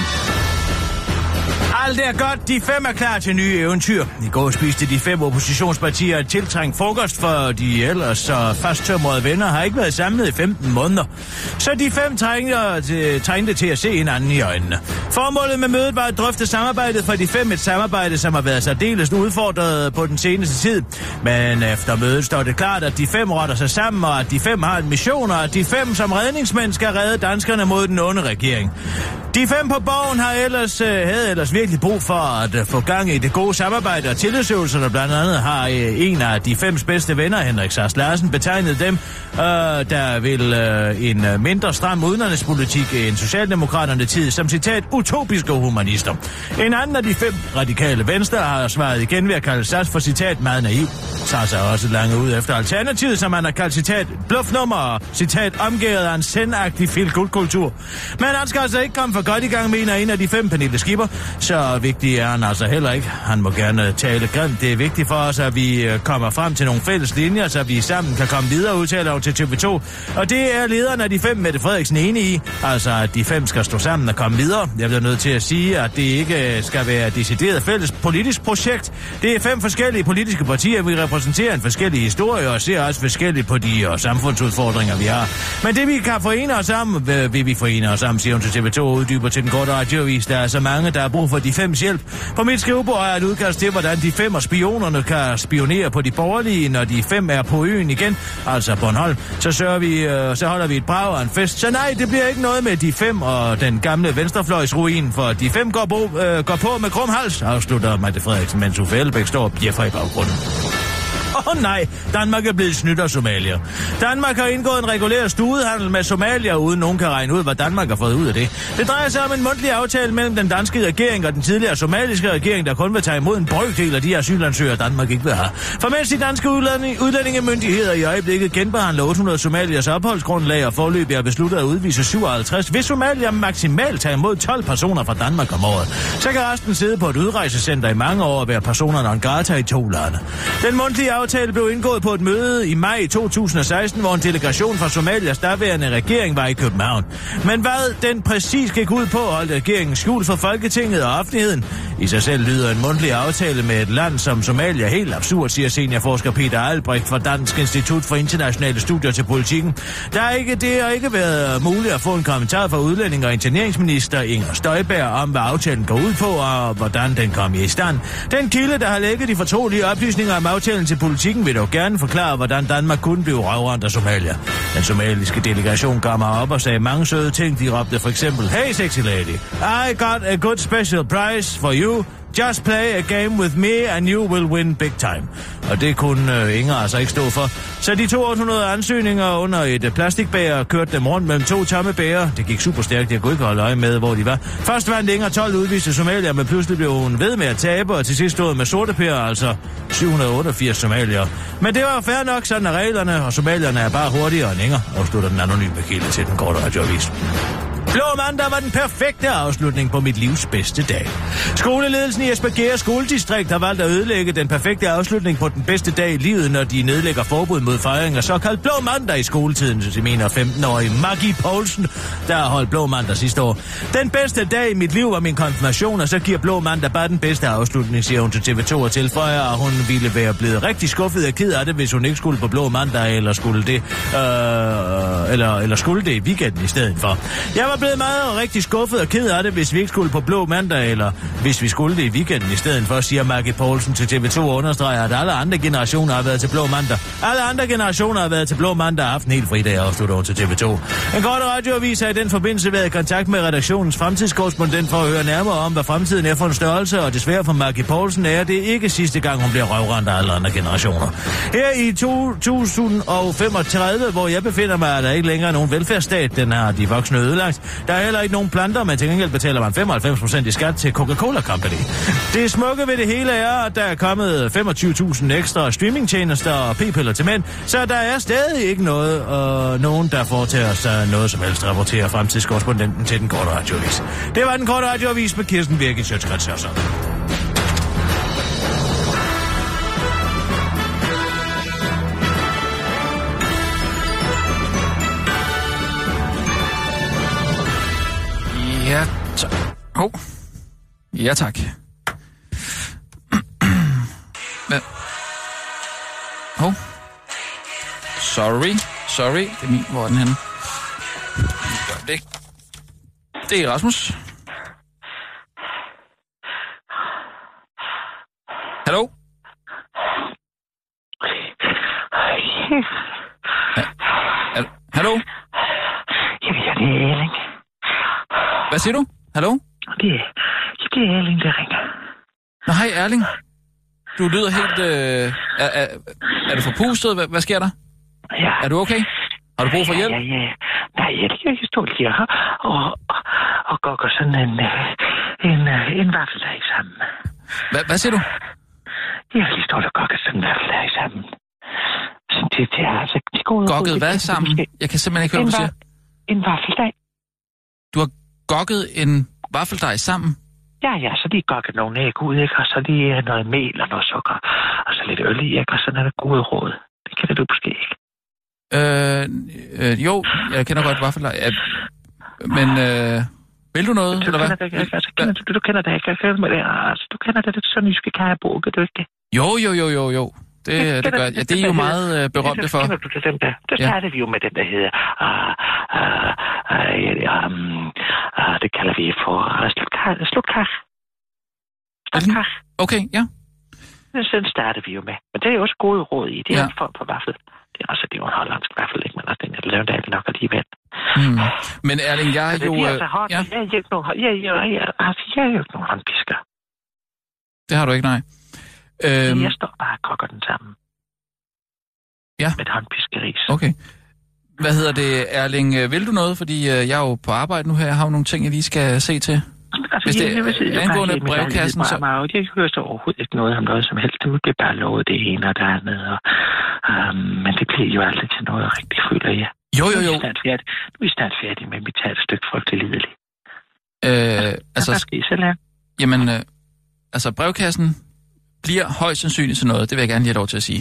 Alt er godt. De 5 er klar til nye eventyr. I går spiste de 5 oppositionspartier et tiltrængt frokost, for de ellers så fasttømrede venner har ikke været samlet i 15 måneder. Så de 5 trængte til at se hinanden i øjnene. Formålet med mødet var at drøfte samarbejdet for de 5, et samarbejde, som har været særdeles udfordret på den seneste tid. Men efter mødet står det klart, at de 5 rotter sig sammen, og at de 5 har en mission, og at de 5 som redningsmænd skal redde danskerne mod den onde regering. De 5 på borgen havde ellers virkelig brug for at få gang i det gode samarbejde og tillidsøvelser, der blandt andet har en af de 5 bedste venner, Henrik Sass Larsen, betegnet dem, der vil en mindre stram udenrigspolitik end Socialdemokraterne tid, som citat utopiske humanister. En anden af de 5 radikale venstre har svaret igen ved at kalde Sass for citat meget naiv. Sass er også langt ud efter alternativet, som han har kaldt citat bluffnummer og citat omgået af en sendagtig feel-good-kultur. Men han skal altså ikke komme for godt i gang, mener en af de 5, Pernille Skipper. Så vigtig er han altså heller ikke. Han må gerne tale grimt. Det er vigtigt for os, at vi kommer frem til nogle fælles linjer, så vi sammen kan komme videre, udtaler hun til TV2. Og det er lederen af de 5, Mette Frederiksen, enig i. Altså, at de 5 skal stå sammen og komme videre. Jeg bliver nødt til at sige, at det ikke skal være et decideret fælles politisk projekt. Det er 5 forskellige politiske partier. Vi repræsenterer en forskellig historie og ser også forskelligt på de samfundsudfordringer, vi har. Men det, vi kan forene os om, vil vi forene os om, siger hun til TV2 og uddyber til den korte radioavis. Der er så mange, der har brug for de 5's hjælp. På mit skrivebord er et udkast til, hvordan de 5 og spionerne kan spionere på de borgerlige, når de 5 er på øen igen, altså Bornholm. Så holder vi et brag og en fest. Så nej, det bliver ikke noget med de 5 og den gamle venstrefløjsruin, for de 5 går på med krum hals, afslutter Mette Frederiksen, mens Uffe Elbæk står og bjeffer i baggrunden. Nej, Danmark er blevet snydt af Somalia. Danmark har indgået en regulær studehandel med Somalia, uden nogen kan regne ud, hvad Danmark har fået ud af det. Det drejer sig om en mundtlig aftale mellem den danske regering og den tidligere somaliske regering, der kun vil tage imod en brøkdel af de asylansøgere, Danmark ikke vil have. For mens de danske udlændingemyndigheder i øjeblikket genbehandler 800 somaliers opholdsgrundlag og forløbig har besluttet at udvise 57, vil Somalia maksimalt tage imod 12 personer fra Danmark om året. Så kan resten sidde på et udrejsecenter i mange år og være personer non grata i 2 lande. Den mundtlige aftale blev indgået på et møde i maj 2016, hvor en delegation fra Somalias daværende regering var i København. Men hvad den præcis gik ud på, holdt regeringen skjult for Folketinget og offentligheden. I sig selv lyder en mundtlig aftale med et land som Somalia helt absurd, siger seniorforsker Peter Albrecht fra Dansk Institut for Internationale Studier til Politikken. Det har ikke været muligt at få en kommentar fra udlænding- og interneringsminister Inger Støjberg om, hvad aftalen går ud på og hvordan den kom i stand. Den kilde, der har lægget de fortrolige oplysninger om aftalen til Politikken, vil dog gerne forklare, hvordan Danmark kunne blive røvrendt af Somalia. Den somaliske delegation gav mig op og sagde mange søde ting. De råbte for eksempel, hey sexy lady, I got a good special prize for you. Just play a game with me, and you will win big time. Og det kunne Inger altså ikke stå for. Så de 800 ansøgninger under et plastikbæger kørte dem rundt mellem 2 tomme bæger. Det gik super stærkt, jeg kunne ikke holde øje med, hvor de var. Først vandt Inger 12 udviste somalier, men pludselig blev hun ved med at tabe, og til sidst stod med sorte pærer, altså 788 somalier. Men det var fair nok, sådan er reglerne, og somalierne er bare hurtigere end Inger, afslutter den anonyme kilde til den korte radioavis. Blå mandag var den perfekte afslutning på mit livs bedste dag. Skoleledelsen i Esbjerg skoledistrikt har valgt at ødelægge den perfekte afslutning på den bedste dag i livet, når de nedlægger forbud mod fejring af såkaldt blå mandag i skoletiden, så mener 15-årige Maggie Poulsen, der har holdt blå mandag sidste år. Den bedste dag i mit liv var min konfirmation, og så giver blå mandag bare den bedste afslutning, siger hun til TV2 og tilføjer, at hun ville være blevet rigtig skuffet og ked af det, hvis hun ikke skulle på blå mandag, eller skulle det i weekenden i stedet for. Jeg var blevet meget og rigtig skuffet og ked af det, hvis vi ikke skulle på Blå Mandag, eller hvis vi skulle det i weekenden i stedet for, siger Maggie Poulsen til TV2 og understreger, at alle andre generationer har været til Blå Mandag. Alle andre generationer har været til Blå Mandag aften helt fridag, afslutter til TV2. En kort radioavis har i den forbindelse været i kontakt med redaktionens fremtidskorrespondent for at høre nærmere om, hvad fremtiden er for en størrelse, og desværre for Maggie Poulsen er det ikke sidste gang, hun bliver røvrendt af alle andre generationer. Her i 2035, hvor jeg befinder mig, er der ikke længere nogen velfærdsstat. Den har de voksne ødelagt. Der er heller ikke nogen planter, men til gengæld betaler man 95% i skat til Coca-Cola Company. Det smukke ved det hele er, at der er kommet 25.000 ekstra streamingtjenester og p-piller til mænd, så der er stadig ikke nogen, der foretager sig noget som helst, rapporterer fremtidskorrespondenten til den korte radioavis. Det var den korte radioavis med Kirsten Birgit Schøtz-Krets Hørsholm. Ja, tak. Ja, tak. Sorry. Det er min. Hvor er den henne? Det er Rasmus. Hallo? Hallo? Jamen, det er Erling. Hvad siger du? Hallo? Det er Erling, der ringer. Nå, hej Erling. Du lyder helt... Er du forpustet? Hvad sker der? Ja. Er du okay? Har du brug for hjælp? Ja. Nej, jeg står lige her og går sådan en vaffeldag sammen. Hvad siger du? Jeg lige står og går sådan en vaffeldag sammen. Sådan det er altså... Gokket hvad sammen? Jeg kan simpelthen ikke høre, hvad du siger. En vaffeldag. Du har gokket en vaffeldej sammen? Ja, så lige gokket nogle æg ud, ikke? Og så lige noget mel og noget sukker. Og så lidt øl i, ikke? Og sådan er det gode råd. Det kender du måske ikke. Jo, jeg kender godt vaffeldej. Men vil du noget, eller hvad? Du kender det ikke. Du kender det sådan, at vi skal kajebog, gør du ikke det? Jo. Det gør jeg. Det er jo meget berømte for. Kender du til dem der? Der starter vi jo med den, der hedder... det kalder vi for slutkar. Okay, ja. Sådan starter vi jo med. Men det er jo også gode råd i. Det er en form for vaffel. Det er også en hollandsk vaffel, ikke? Men også den, jeg lavede af nok alligevel. Men Erling, jeg er jo... Jeg er jo ikke nogen håndpisker. Det har du ikke, nej. Jeg står bare og kokker den sammen. Ja. Med et håndpiskeri. Okay. Hvad hedder det, Erling? Vil du noget? Fordi jeg er jo på arbejde nu her. Jeg har jo nogle ting, jeg lige skal se til. Altså, hvis det er angående brevkassen, så... Jeg hører så overhovedet ikke noget om noget som helst. Det bliver bare lovet det ene og det andet. Men det bliver jo aldrig til noget rigtigt, føler jeg. Jo. Nu er vi snart færdige med, at vi tager et stykke folk til lideligt. Hvad skal I så lave? Jamen, brevkassen bliver højst sandsynligt til noget. Det vil jeg gerne lige have lov til at sige.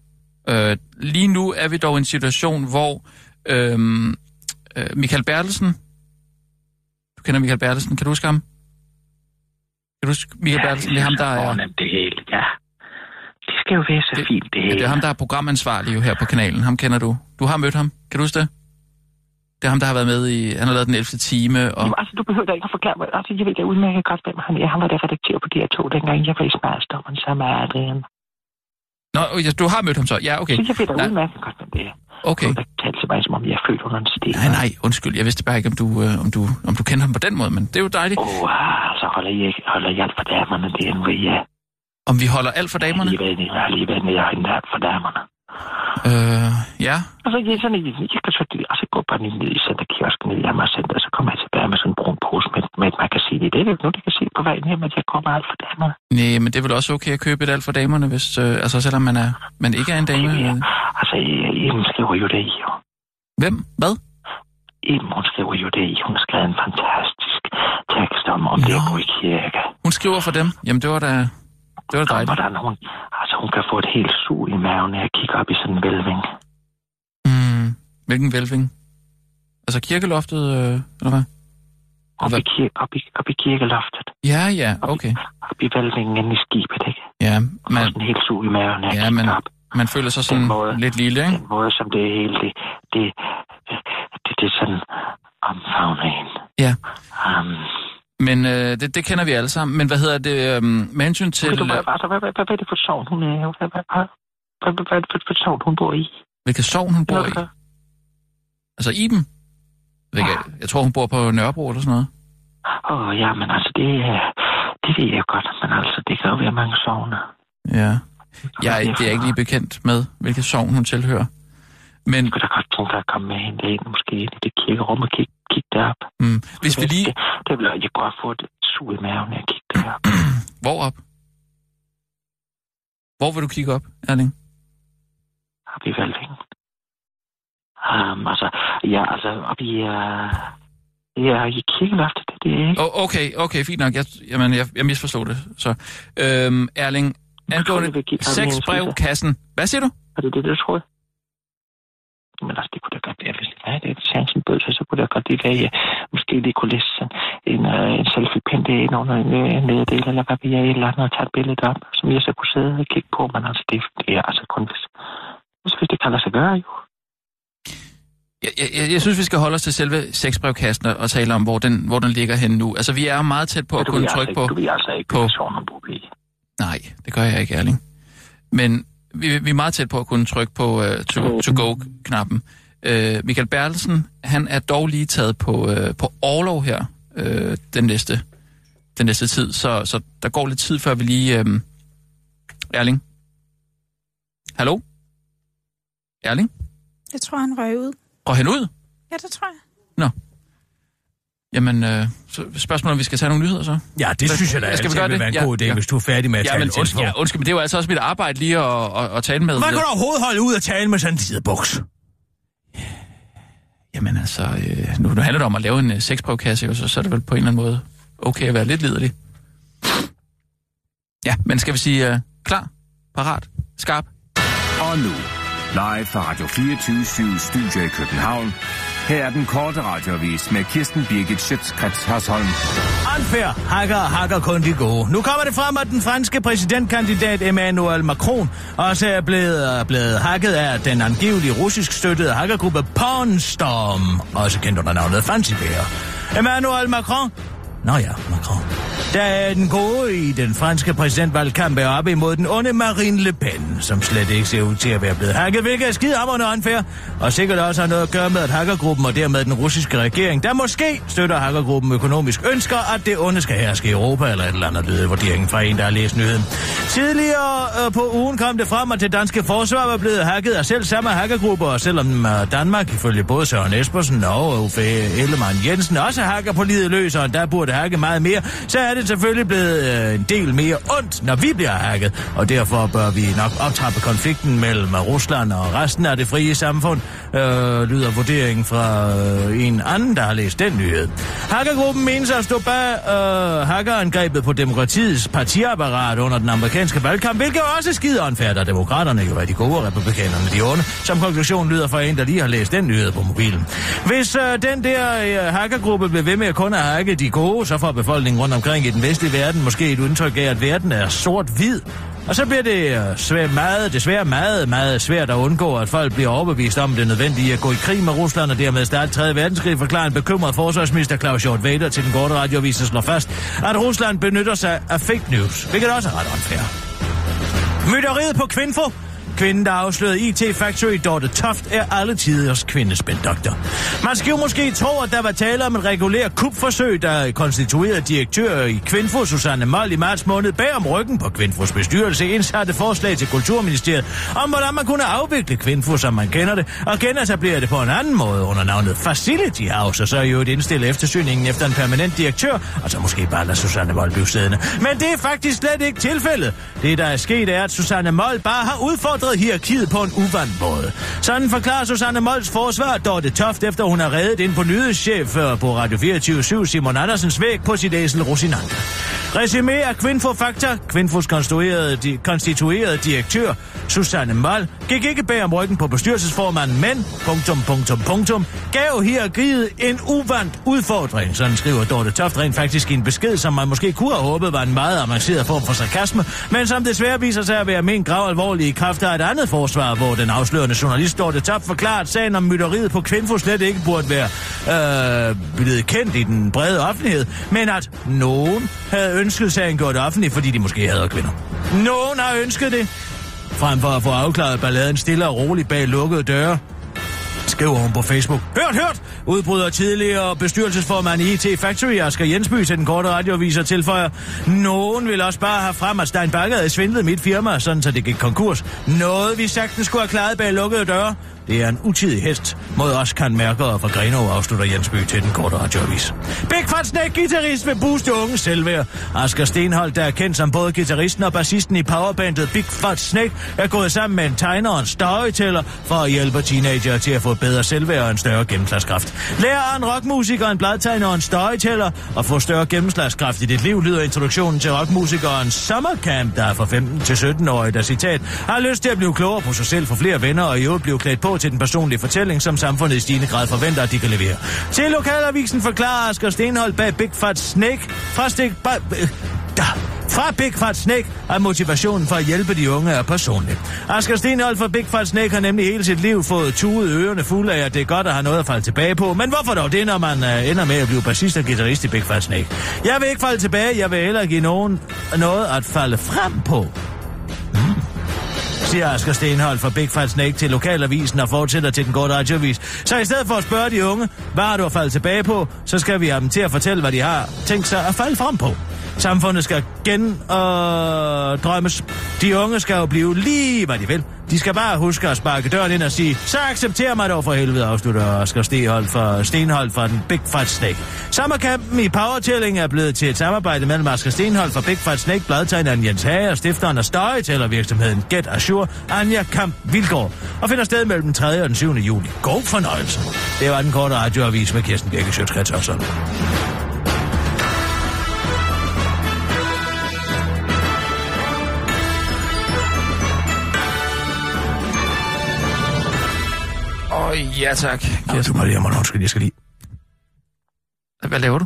Lige nu er vi dog i en situation, hvor Michael Bertelsen... Du kender Michael Bertelsen, kan du huske ham? Kan du huske Michael Bertelsen? Det er ham, der er... Det hele, ja. Det skal jo være så fint, det hele. Det er ham, der er programansvarlig jo her på kanalen. Ham kender du. Du har mødt ham. Kan du huske det? Det er ham, der har været med i... Han har lavet den 11. time, og... Jamen, du behøver da ikke at forklare mig. Jeg ved da udmærket godt, hvem han er. Han var der redaktør på DR2, dengang jeg var i Smagsdommeren sammen med Adrian. Nå, du har mødt ham så? Ja, okay. Så jeg ved da udmærket godt, hvem det er. Okay. Du talte til mig, som om jeg er født under en sten. Nej, undskyld. Jeg vidste bare ikke, om du kender ham på den måde, men det er jo dejligt. Så holder jeg alt for damerne, det er en ved, ja. Om vi holder alt for damerne? Jeg har lige været nede og hente alt for damerne. Ja. Altså, jeg kan så gå bare ned i Centerkiosken ned i Amagercenter, og så kommer jeg tilbage med sådan en brun pose med et magasin i. Det er jo nu, de kan se på vejen her, at jeg kommer alt for damerne. Nej, men det er vel også okay at købe et alt for damerne, hvis, selvom man ikke er en dame? Altså, Iben skriver jo det i, jo. Hvem? Hvad? Iben, hun skriver jo det i. Hun har skrevet en fantastisk tekst om det at gå i kirke. Hun skriver for dem? Jamen, det var da dejligt. Hvordan hun kan få et helt sug i maven, når jeg kigger op i sådan en vælving. Hvilken vælving? Altså kirkeloftet, eller hvad? Op i kirkeloftet. Ja, okay. Op i vælvingen inde i skibet, ikke? Ja, man... sådan en helt sug i maven, når jeg kigger op. Man føler sig sådan lidt lille, ikke? Den måde, som det hele, det er sådan... omfavne hende. Ja. Men det kender vi alle sammen. Men hvad hedder det med hensyn til... Hvad er det for sovn, hun er? Hvad er det for sovn, hun bor i? Hvilket sovn hun bor i? Altså Iben? Jeg tror, hun bor på Nørrebro eller sådan noget. Ja, men altså, det ved jeg godt. Men altså, det kan jo være mange sovne. Ja. Det er ikke lige bekendt med, hvilket sovn hun tilhører. Men... Jeg kunne da godt tænke dig at komme med hende ind, måske ind i det kirkerum og kigge derop. Hvis vi lige... Det vil jeg godt få et sug i maven, når jeg kigger derop. Hvor op? Hvor vil du kigge op, Erling? Op i Valvingen. Op i kirkeloftet, det er ikke... Okay, fint nok. Jeg misforstod det. Så, Erling, angående sexbrevkassen. Hvad siger du? Er det, du tror? Men altså, det kunne da godt være, hvis det er chancen bød sig, så kunne det godt lige være, måske lige kunne læse en selfie-pind ind under en nederdel, eller hvad vi er et eller andet, og tage et billede op, som jeg så kunne sidde og kigge på, men altså, det er altså kun hvis det kan lade sig gøre, jo. Jeg synes, vi skal holde os til selve sexbrevkassen og tale om, hvor den ligger henne nu. Altså, vi er meget tæt på at kunne trykke på... Du vil altså ikke på personen. Nej, det gør jeg ikke, Erling. Men vi er meget tæt på at kunne trykke på to-go-knappen. Michael Bertelsen, han er dog lige taget på orlov her den næste tid, så der går lidt tid, før vi lige... Erling? Hallo? Erling? Jeg tror, han røg ud. Røg han ud? Ja, det tror jeg. Nå. Jamen, så spørgsmålet om vi skal tage nogle nyheder, så? Ja, det synes jeg da altid vil være en god idé, hvis du er færdig med at tale telefon. Undskyld, men det er jo altså også mit arbejde lige at tale med. Hvordan kan du overhovedet holde ud og tale med sådan en tiderbuks? Jamen altså, nu handler det om at lave en sexprøvekasse, så er det vel på en eller anden måde okay at være lidt liderlig. Ja, men skal vi sige klar, parat, skarp? Og nu, live fra Radio 24/7 Studio i København. Her er den korte radioavis med Kirsten Birgit Schøtz-Krets Hørsholm. Unfair. Hacker kun de gode. Nu kommer det frem, at den franske præsidentkandidat Emmanuel Macron også er blevet hacket af den angivelige russisk støttede hackergruppe Pawnstorm, også kendt under navnet Fancy Bear. Emmanuel Macron. Macron. Der er den gode i den franske præsidentvalgkamp er oppe imod den onde Marine Le Pen, som slet ikke ser ud til at være blevet hacket, hvilket er skidehamrende unfair, og sikkert også har noget at gøre med, at hackergruppen og dermed den russiske regering, der måske støtter hackergruppen økonomisk, ønsker, at det onde skal herske i Europa, eller et eller andet lyde vurderingen fra en, der har læst nyheden. Tidligere på ugen kom det frem, at det danske forsvar var blevet hacket af selv samme hackergrupper, og selvom Danmark, ifølge både Søren Espersen og Uffe Ellemann Jensen, også hacker på livet løs, og der burde hakke meget mere, så er det selvfølgelig blevet en del mere ondt, når vi bliver hacket, og derfor bør vi nok optrappe konflikten mellem Rusland og resten af det frie samfund, lyder vurderingen fra en anden, der har læst den nyhed. Hackergruppen menes at stå bag hackerangrebet på demokratiets partiapparat under den amerikanske valgkamp, hvilket også er skideunfair, og demokraterne jo er de gode, republikanerne de onde, som konklusion lyder fra en, der lige har læst den nyhed på mobilen. Hvis den der hackergruppe bliver ved med at kun at hacke de gode, så får befolkningen rundt omkring i den vestlige verden måske et indtryk af, at verden er sort-hvid. Og så bliver det desværre meget svært at undgå, at folk bliver overbevist om det nødvendige at gå i krig med Rusland og dermed starte 3. verdenskrig, forklarer en bekymret forsvarsminister Claus Hjort Vader til den korte radioavis, der slår fast, at Rusland benytter sig af fake news, hvilket også er ret unfair. Mytteriet på Kvinfo. Kvinden, der afslørede IT Factory, Dorte Toft, er alle tiders kvindespændoktor. Man skal jo måske tro, at der var tale om en regulær kupforsøg, der konstituerede direktør i Kvinfo, Susanne Moll, i marts måned bag om ryggen på Kvinfos bestyrelse indsatte forslag til Kulturministeriet om, hvordan man kunne afvikle Kvinfo, som man kender det, og genetablere det på en anden måde under navnet Facility House, og så jo et indstille eftersyningen efter en permanent direktør, og så måske bare lade Susanne Moll blive siddende. Men det er faktisk slet ikke tilfældet. Det, der er sket, er, at Susanne Moll bare har udfordret hierarkiet på en uvant måde. Sådan forklarer Susanne Molls forsvar, Dorte Toft, efter hun har reddet ind på nyhedschef på Radio 24/7 Simon Andersens væg på sit æsel Rosinante. Resumé af Kvinfo Fakta. Kvinfos konstituerede direktør, Susanne Mall, gik ikke bag om ryggen på bestyrelsesformanden, men... gav hierarkiet en uvant udfordring. Sådan skriver Dorte Toft rent faktisk i en besked, som man måske kunne have håbet var en meget avanceret form for sarkasme, men som desværre viser sig at være med en grav alvorlig i kraft af et andet forsvar, hvor den afslørende journalist Dorte Toft forklarer, at sagen om mytteriet på Kvinfo slet ikke burde være blevet kendt i den brede offentlighed, men at nogen havde ønsket sagen gjort offentlig, fordi de måske hader kvinder. Nogen har ønsket det, frem for at få afklaret balladen stille og roligt bag lukkede døre, skriver hun på Facebook. Hørt! Udbryder tidligere bestyrelsesformand i IT Factory, Asger Jensby, til den korte radioavis og tilføjer: nogen vil også bare have frem, at Stein Bakke havde svindlet mit firma, sådan så det gik konkurs. Noget vi sagtens skulle have klaret bag lukkede døre. Det er en utidig hest mod os kan mærkere fra Grenaa, afslutter Jensby til den korte radioavis. Big Fat Snake, guitarist, vil booste unge selvværd. Asger Stenholt, der er kendt som både guitaristen og bassisten i powerbandet Big Fat Snake, er gået sammen med en tegner og en storyteller for at hjælpe teenager til at få bedre selvværd og en større gennemslagskraft. Lærer en rockmusiker, en bladtegner og en storyteller at få større gennemslagskraft i dit liv, lyder introduktionen til rockmusikeren Summercamp, der er fra 15 til 17-årige, der citat, har lyst til at blive klogere på sig selv, få flere venner og i øvrigt blive klædt på til den personlige fortælling, som samfundet i stigende grad forventer, at de kan levere. Til lokalavisen forklarer Asger Stenholt bag Big Fat Snake fra Big Fat Snake, at motivationen for at hjælpe de unge er personlig. Asger Stenholt fra Big Fat Snake har nemlig hele sit liv fået tudet ørerne fulde af, at det er godt at have noget at falde tilbage på. Men hvorfor dog det, når man ender med at blive bassist og guitarist i Big Fat Snake? Jeg vil ikke falde tilbage, jeg vil heller give nogen noget at falde frem på, siger Asger Stenholt fra Big Fat Snake til lokalavisen og fortsætter til den korte radioavis. Så i stedet for at spørge de unge, hvad har du at falde tilbage på, så skal vi have dem til at fortælle, hvad de har tænkt sig at falde frem på. Samfundet skal drømmes. De unge skal jo blive lige, hvad de vil. De skal bare huske at sparke døren ind og sige, så accepter mig dog for helvede, afslutter Asger Stenholt fra den Big Fat Snake. Sommerkampen i Powertelling er blevet til et samarbejde mellem Asger Stenholt fra Big Fat Snake, bladtegneren Jens Hage og stifteren af storytellervirksomheden Get Assure, Anja Kamp Vilgaard, og finder sted mellem den 3. og den 7. juli. God fornøjelse. Det var den korte radioavis med Kirsten Birgit Schøtz-Krets Hørsholm. Ja, tak. Du må lige mig, undskyld, jeg skal lige. Hvad laver du?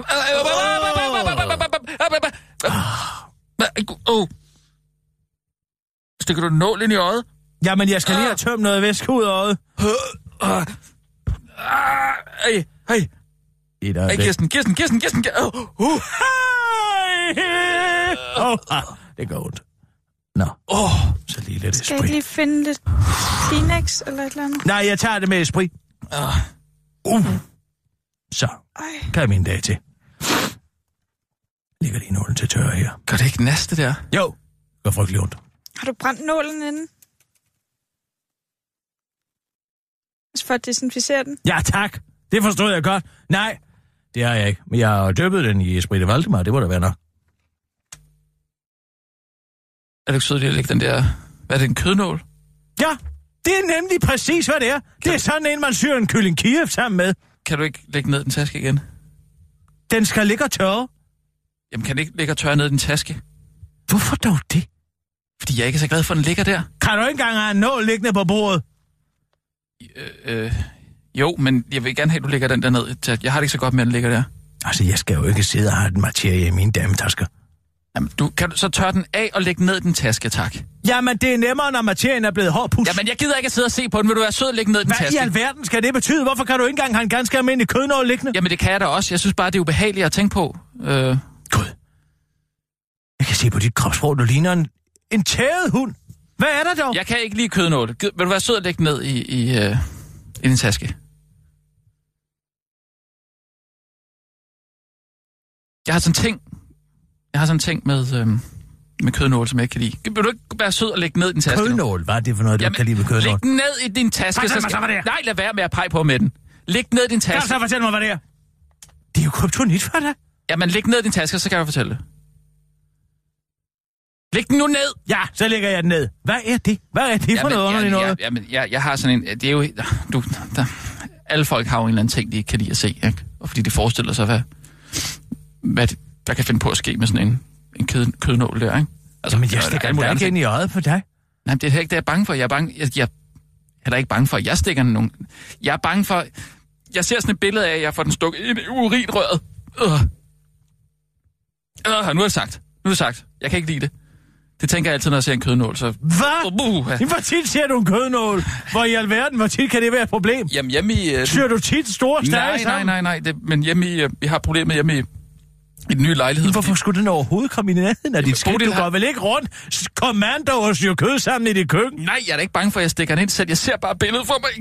Stikker du nål ind i øjet? Jamen, jeg skal lige have tømt noget væske ud af øjet. Hey, Kirsten. Det går ondt. Nå, så lige lidt Skal Esprit. jeg lige finde lidt Kleenex eller et eller andet? Nej, jeg tager det med Esprit. Så, kan jeg min dag til. Ligger lige nålen til tørre her. Gør det ikke næste der? Jo, det går frygtelig ondt. Har du brændt nålen inden? For at desinficere den? Ja, tak. Det forstod jeg godt. Nej, det har jeg ikke. Men jeg har døbet den i Esprit de Valdemar. Det må da være nok. Er du ikke sød lige at lægge den der... Hvad er det, en kødnål? Ja, det er nemlig præcis, hvad det er. Det er sådan en, man syr en kylling Kiev sammen med. Kan du ikke lægge ned den taske igen? Den skal ligge og tørre. Jamen, kan den ikke ligge og tørre ned i den taske? Hvorfor dog det? Fordi jeg ikke er så glad for, at den ligger der. Kan du ikke engang have en nål liggende på bordet? Jo, men jeg vil gerne have, at du lægger den der ned. Jeg har det ikke så godt med, at den ligger der. Altså, jeg skal jo ikke sidde og have den materie i mine dametasker. Jamen, kan du så tørre den af og lægge ned i den taske, tak? Jamen, det er nemmere, når materien er blevet hård pus. Jamen, jeg gider ikke at sidde og se på den. Vil du være sød at lægge ned i den taske? Hvad i alverden skal det betyde? Hvorfor kan du ikke engang have en ganske almindelig kødnål liggende? Jamen, det kan jeg da også. Jeg synes bare, det er ubehageligt at tænke på. Gud. Jeg kan se på dit kropsprog, du ligner en tævet hund. Hvad er der dog? Jeg kan ikke lide kødnål. Vil du være sød at lægge ned i din taske? Jeg har sådan en ting med kødnål, som jeg ikke kan lide. Vil du ikke være sød og lægge ned i din taske? Kødnål? Hvad er det for noget, du ikke kan lide med kødnål? Læg den ned i din taske. Nej, lad være med at pege på med den. Læg ned i din taske. Kan du så fortælle mig, hvad det er? Det er jo kryptonit for dig. Jamen, læg ned i din taske, så kan jeg fortælle det. Læg den nu ned! Ja, så lægger jeg den ned. Hvad er det? Hvad er det for noget underligt noget? Jamen, jeg har sådan en... Det er jo... alle folk har jo en eller anden ting, de ikke kan lide at se, ikke? Og fordi de forestiller sig, hvad der kan finde på at ske med sådan en kødnål der, ikke? Altså, men jeg stikker den ikke ind i øjet på dig. Nej, det er ikke det, jeg er bange for. Jeg er da ikke bange for, at jeg stikker nogen. Jeg er bange for... Jeg ser sådan et billede af, at jeg får den stukket ind i urinrøret. Nu er det sagt. Jeg kan ikke lide det. Det tænker jeg altid, når jeg ser en kødnål, så... Hvad? Hvor tit ser du en kødnål? Hvor i alverden, hvor tit kan det være et problem? Jamen hjemme i... Ser du tit store stærke sammen? Nej. Men hjemme i... Vi har problemet hjemme i den nye lejlighed. Hvorfor skulle den overhovedet komme i nærheden af dit skidt? Du går vel ikke rundt kommando og syr kød sammen i dit køkken? Nej, jeg er da ikke bange for, at jeg stikker den ind selv. Jeg ser bare billedet for mig.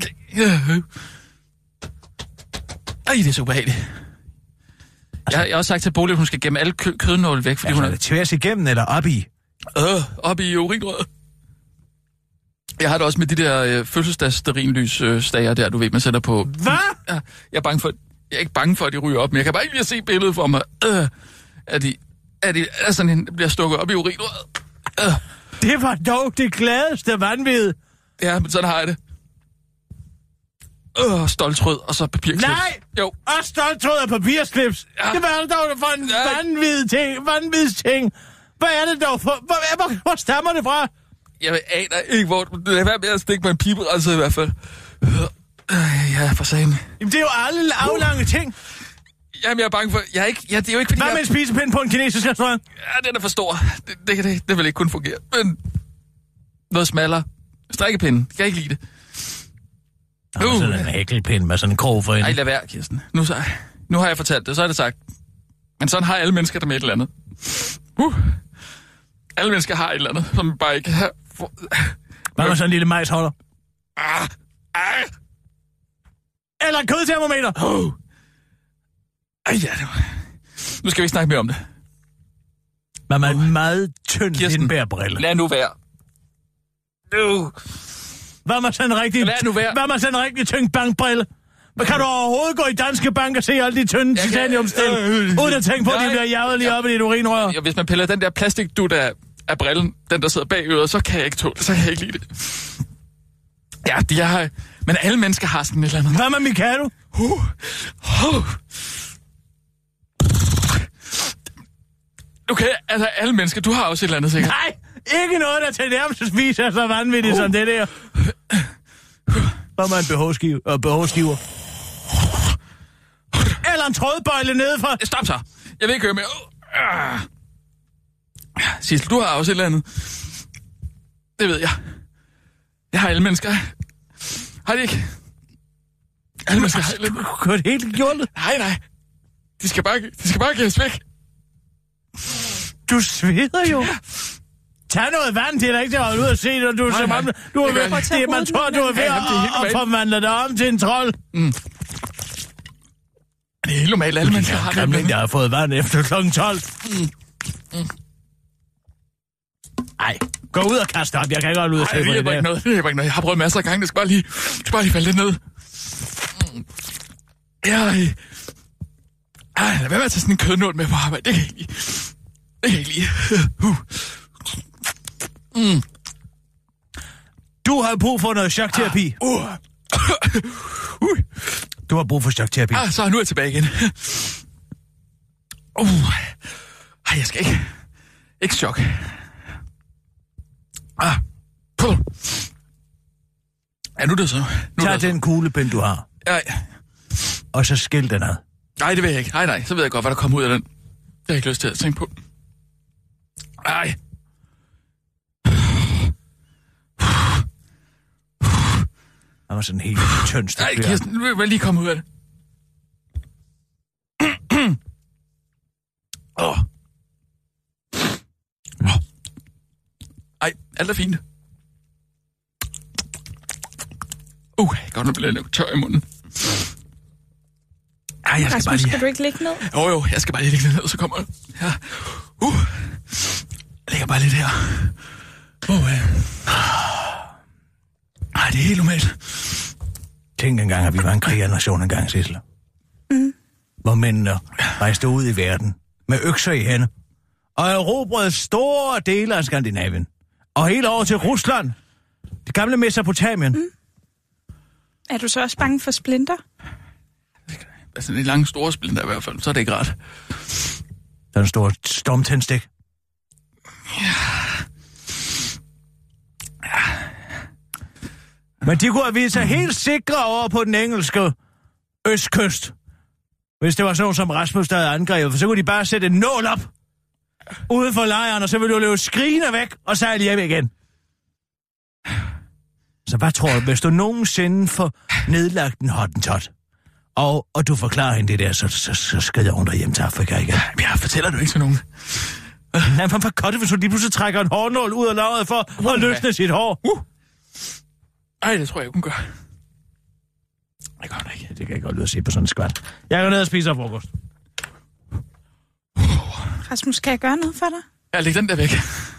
Ej, det er så ubehageligt. Jeg har også sagt til Bolig, at hun skal gemme alle kødnåle væk, fordi hun er... tværs igennem eller op i? Op i urinrøret. Jeg har det også med de der fødselsdagsstearinlysstager der, du ved, man sætter på... Hvad? Jeg er ikke bange for, at de ryger op, men jeg kan bare ikke lige se billedet for mig. Er sådan en, bliver stukket op i urinrøret. Det var dog det gladeste vanvid. Ja, men sådan har jeg det. Stoltrød, og så papirklips. Nej! Jo. Og stoltrød og papirklips. Ja. Det var det dog for en vanvidsting. Hvad er det dog for... Hvor stammer det fra? Jeg aner ikke, hvor... Lad være med at stikke mig en piberenser i hvert fald. Ja, for sagen. Jamen, det er jo alle aflange ting. Jamen, jeg er bange for... det er jo ikke fordi... Hvad med en spisepind på en kinesisk restaurant? Ja, den er for stor. Det vil ikke kun fungere. Men... Noget smallere. Strikkepinde. Jeg kan ikke lide det. Sådan en hækkelpind med sådan en krog for hende. Ej, lad være, Kirsten. Nu har jeg fortalt det, så er det sagt. Men sådan har alle mennesker der med et eller andet. Alle mennesker har et eller andet, som bare ikke har... Hvad med sådan en lille majsholder? Eller en kødtermometer? Ja, nu skal vi ikke snakke mere om det. Hvad med en meget tynd hindbærbrille? Lad nu være. Hvad med sådan en rigtig tynd bankbrille? Men kan du overhovedet gå i Danske Bank og se alle de tynde titaniumstil, uden at tænke på, at de bliver jaget lige op i dit urinrør? Ja, hvis man piller den der plastikdut af brillen, den der sidder bag øret, så kan jeg ikke tåle det, så kan jeg ikke lide det. Ja, de er... Men alle mennesker har sådan et eller andet. Hvad med Mikado? Okay, altså alle mennesker, du har også et eller andet sikkert. Nej, ikke noget, der til nærmest er så vanvittigt som det der. Hvad med en BH-skiver? Eller en trådbøjle nedefra. Stop så. Jeg vil ikke høre mere. Sissel, du har også et eller andet. Det ved jeg. Jeg har alle mennesker. Har de ikke? Alle mennesker har et eller andet. Du har det helt gjort det. Nej. De skal bare gives væk. Du sveder jo. Tag noget vand til dig, ikke til at holde ud og se det. Du er så meget... Du er ved, man tror, du er ved at forvandle dig om til en trold. Det er helt normalt, alle mennesker har det. Jeg har fået vand efter kl. 12. Ej, gå ud og kaste op. Jeg kan ikke holde ud og se på det. Det er ikke noget. Jeg har prøvet masser af gange. Det skal bare lige falde lidt ned. Lad være med at tage sådan en kødnål med på arbejde. Det kan jeg ikke lide. Du har brug for noget chokterapi. Du har brug for chokterapi. Så nu er jeg tilbage igen. Jeg skal ikke chok. Ja, nu er det så. Tag den kuglepind, du har. Ja. Og så skil den ad. Nej, det vil jeg ikke. Nej, så ved jeg godt, hvad der kommer ud af den. Det har jeg ikke lyst til at tænke på. Nej. Der var sådan en helt tynd stykke. Nej, Kirsten, nu vil jeg lige komme ud af det. Ej, alt er fint. Godt, nu bliver jeg tør i munden. Ej, jeg skal bare lige... Skal du ikke ligge ned? Jo, jeg skal bare lige ligge ned, så kommer jeg. Ja. Jeg ligger bare lidt her. Ej, det er helt normalt. Tænk engang, at vi var en krigernation engang, Sissel. Hvor mændene rejste ud i verden med økser i hænder og erobrede store dele af Skandinavien. Og helt over til Rusland. Det gamle Mesopotamien. Er du så også bange for splinter? Altså, en lang store splinter i hvert fald, så er det ikke ret. Sådan en stor stormtændstik. Men de kunne have vist sig helt sikre over på den engelske østkyst. Hvis det var sådan som Rasmus, der havde angrebet, for så kunne de bare sætte en nål op uden for lejren, og så ville du løbe skrigende væk og sejle hjem igen. Så hvad tror du, hvis du nogensinde får nedlagt en hottentot, og du forklarer hende det der, så skrider hun der hjem til Afrika igen. Jeg fortæller du ikke til nogen. Nej, for godt det, hvis du lige pludselig trækker en hårnål ud af låret for at løsne sit hår. Ej, det tror jeg ikke, hun gør. Det gør det ikke. Det kan jeg godt lyde at se på sådan en skvat. Jeg går ned og spiser frokost. Rasmus, kan jeg gøre noget for dig? Ja, læg den der væk.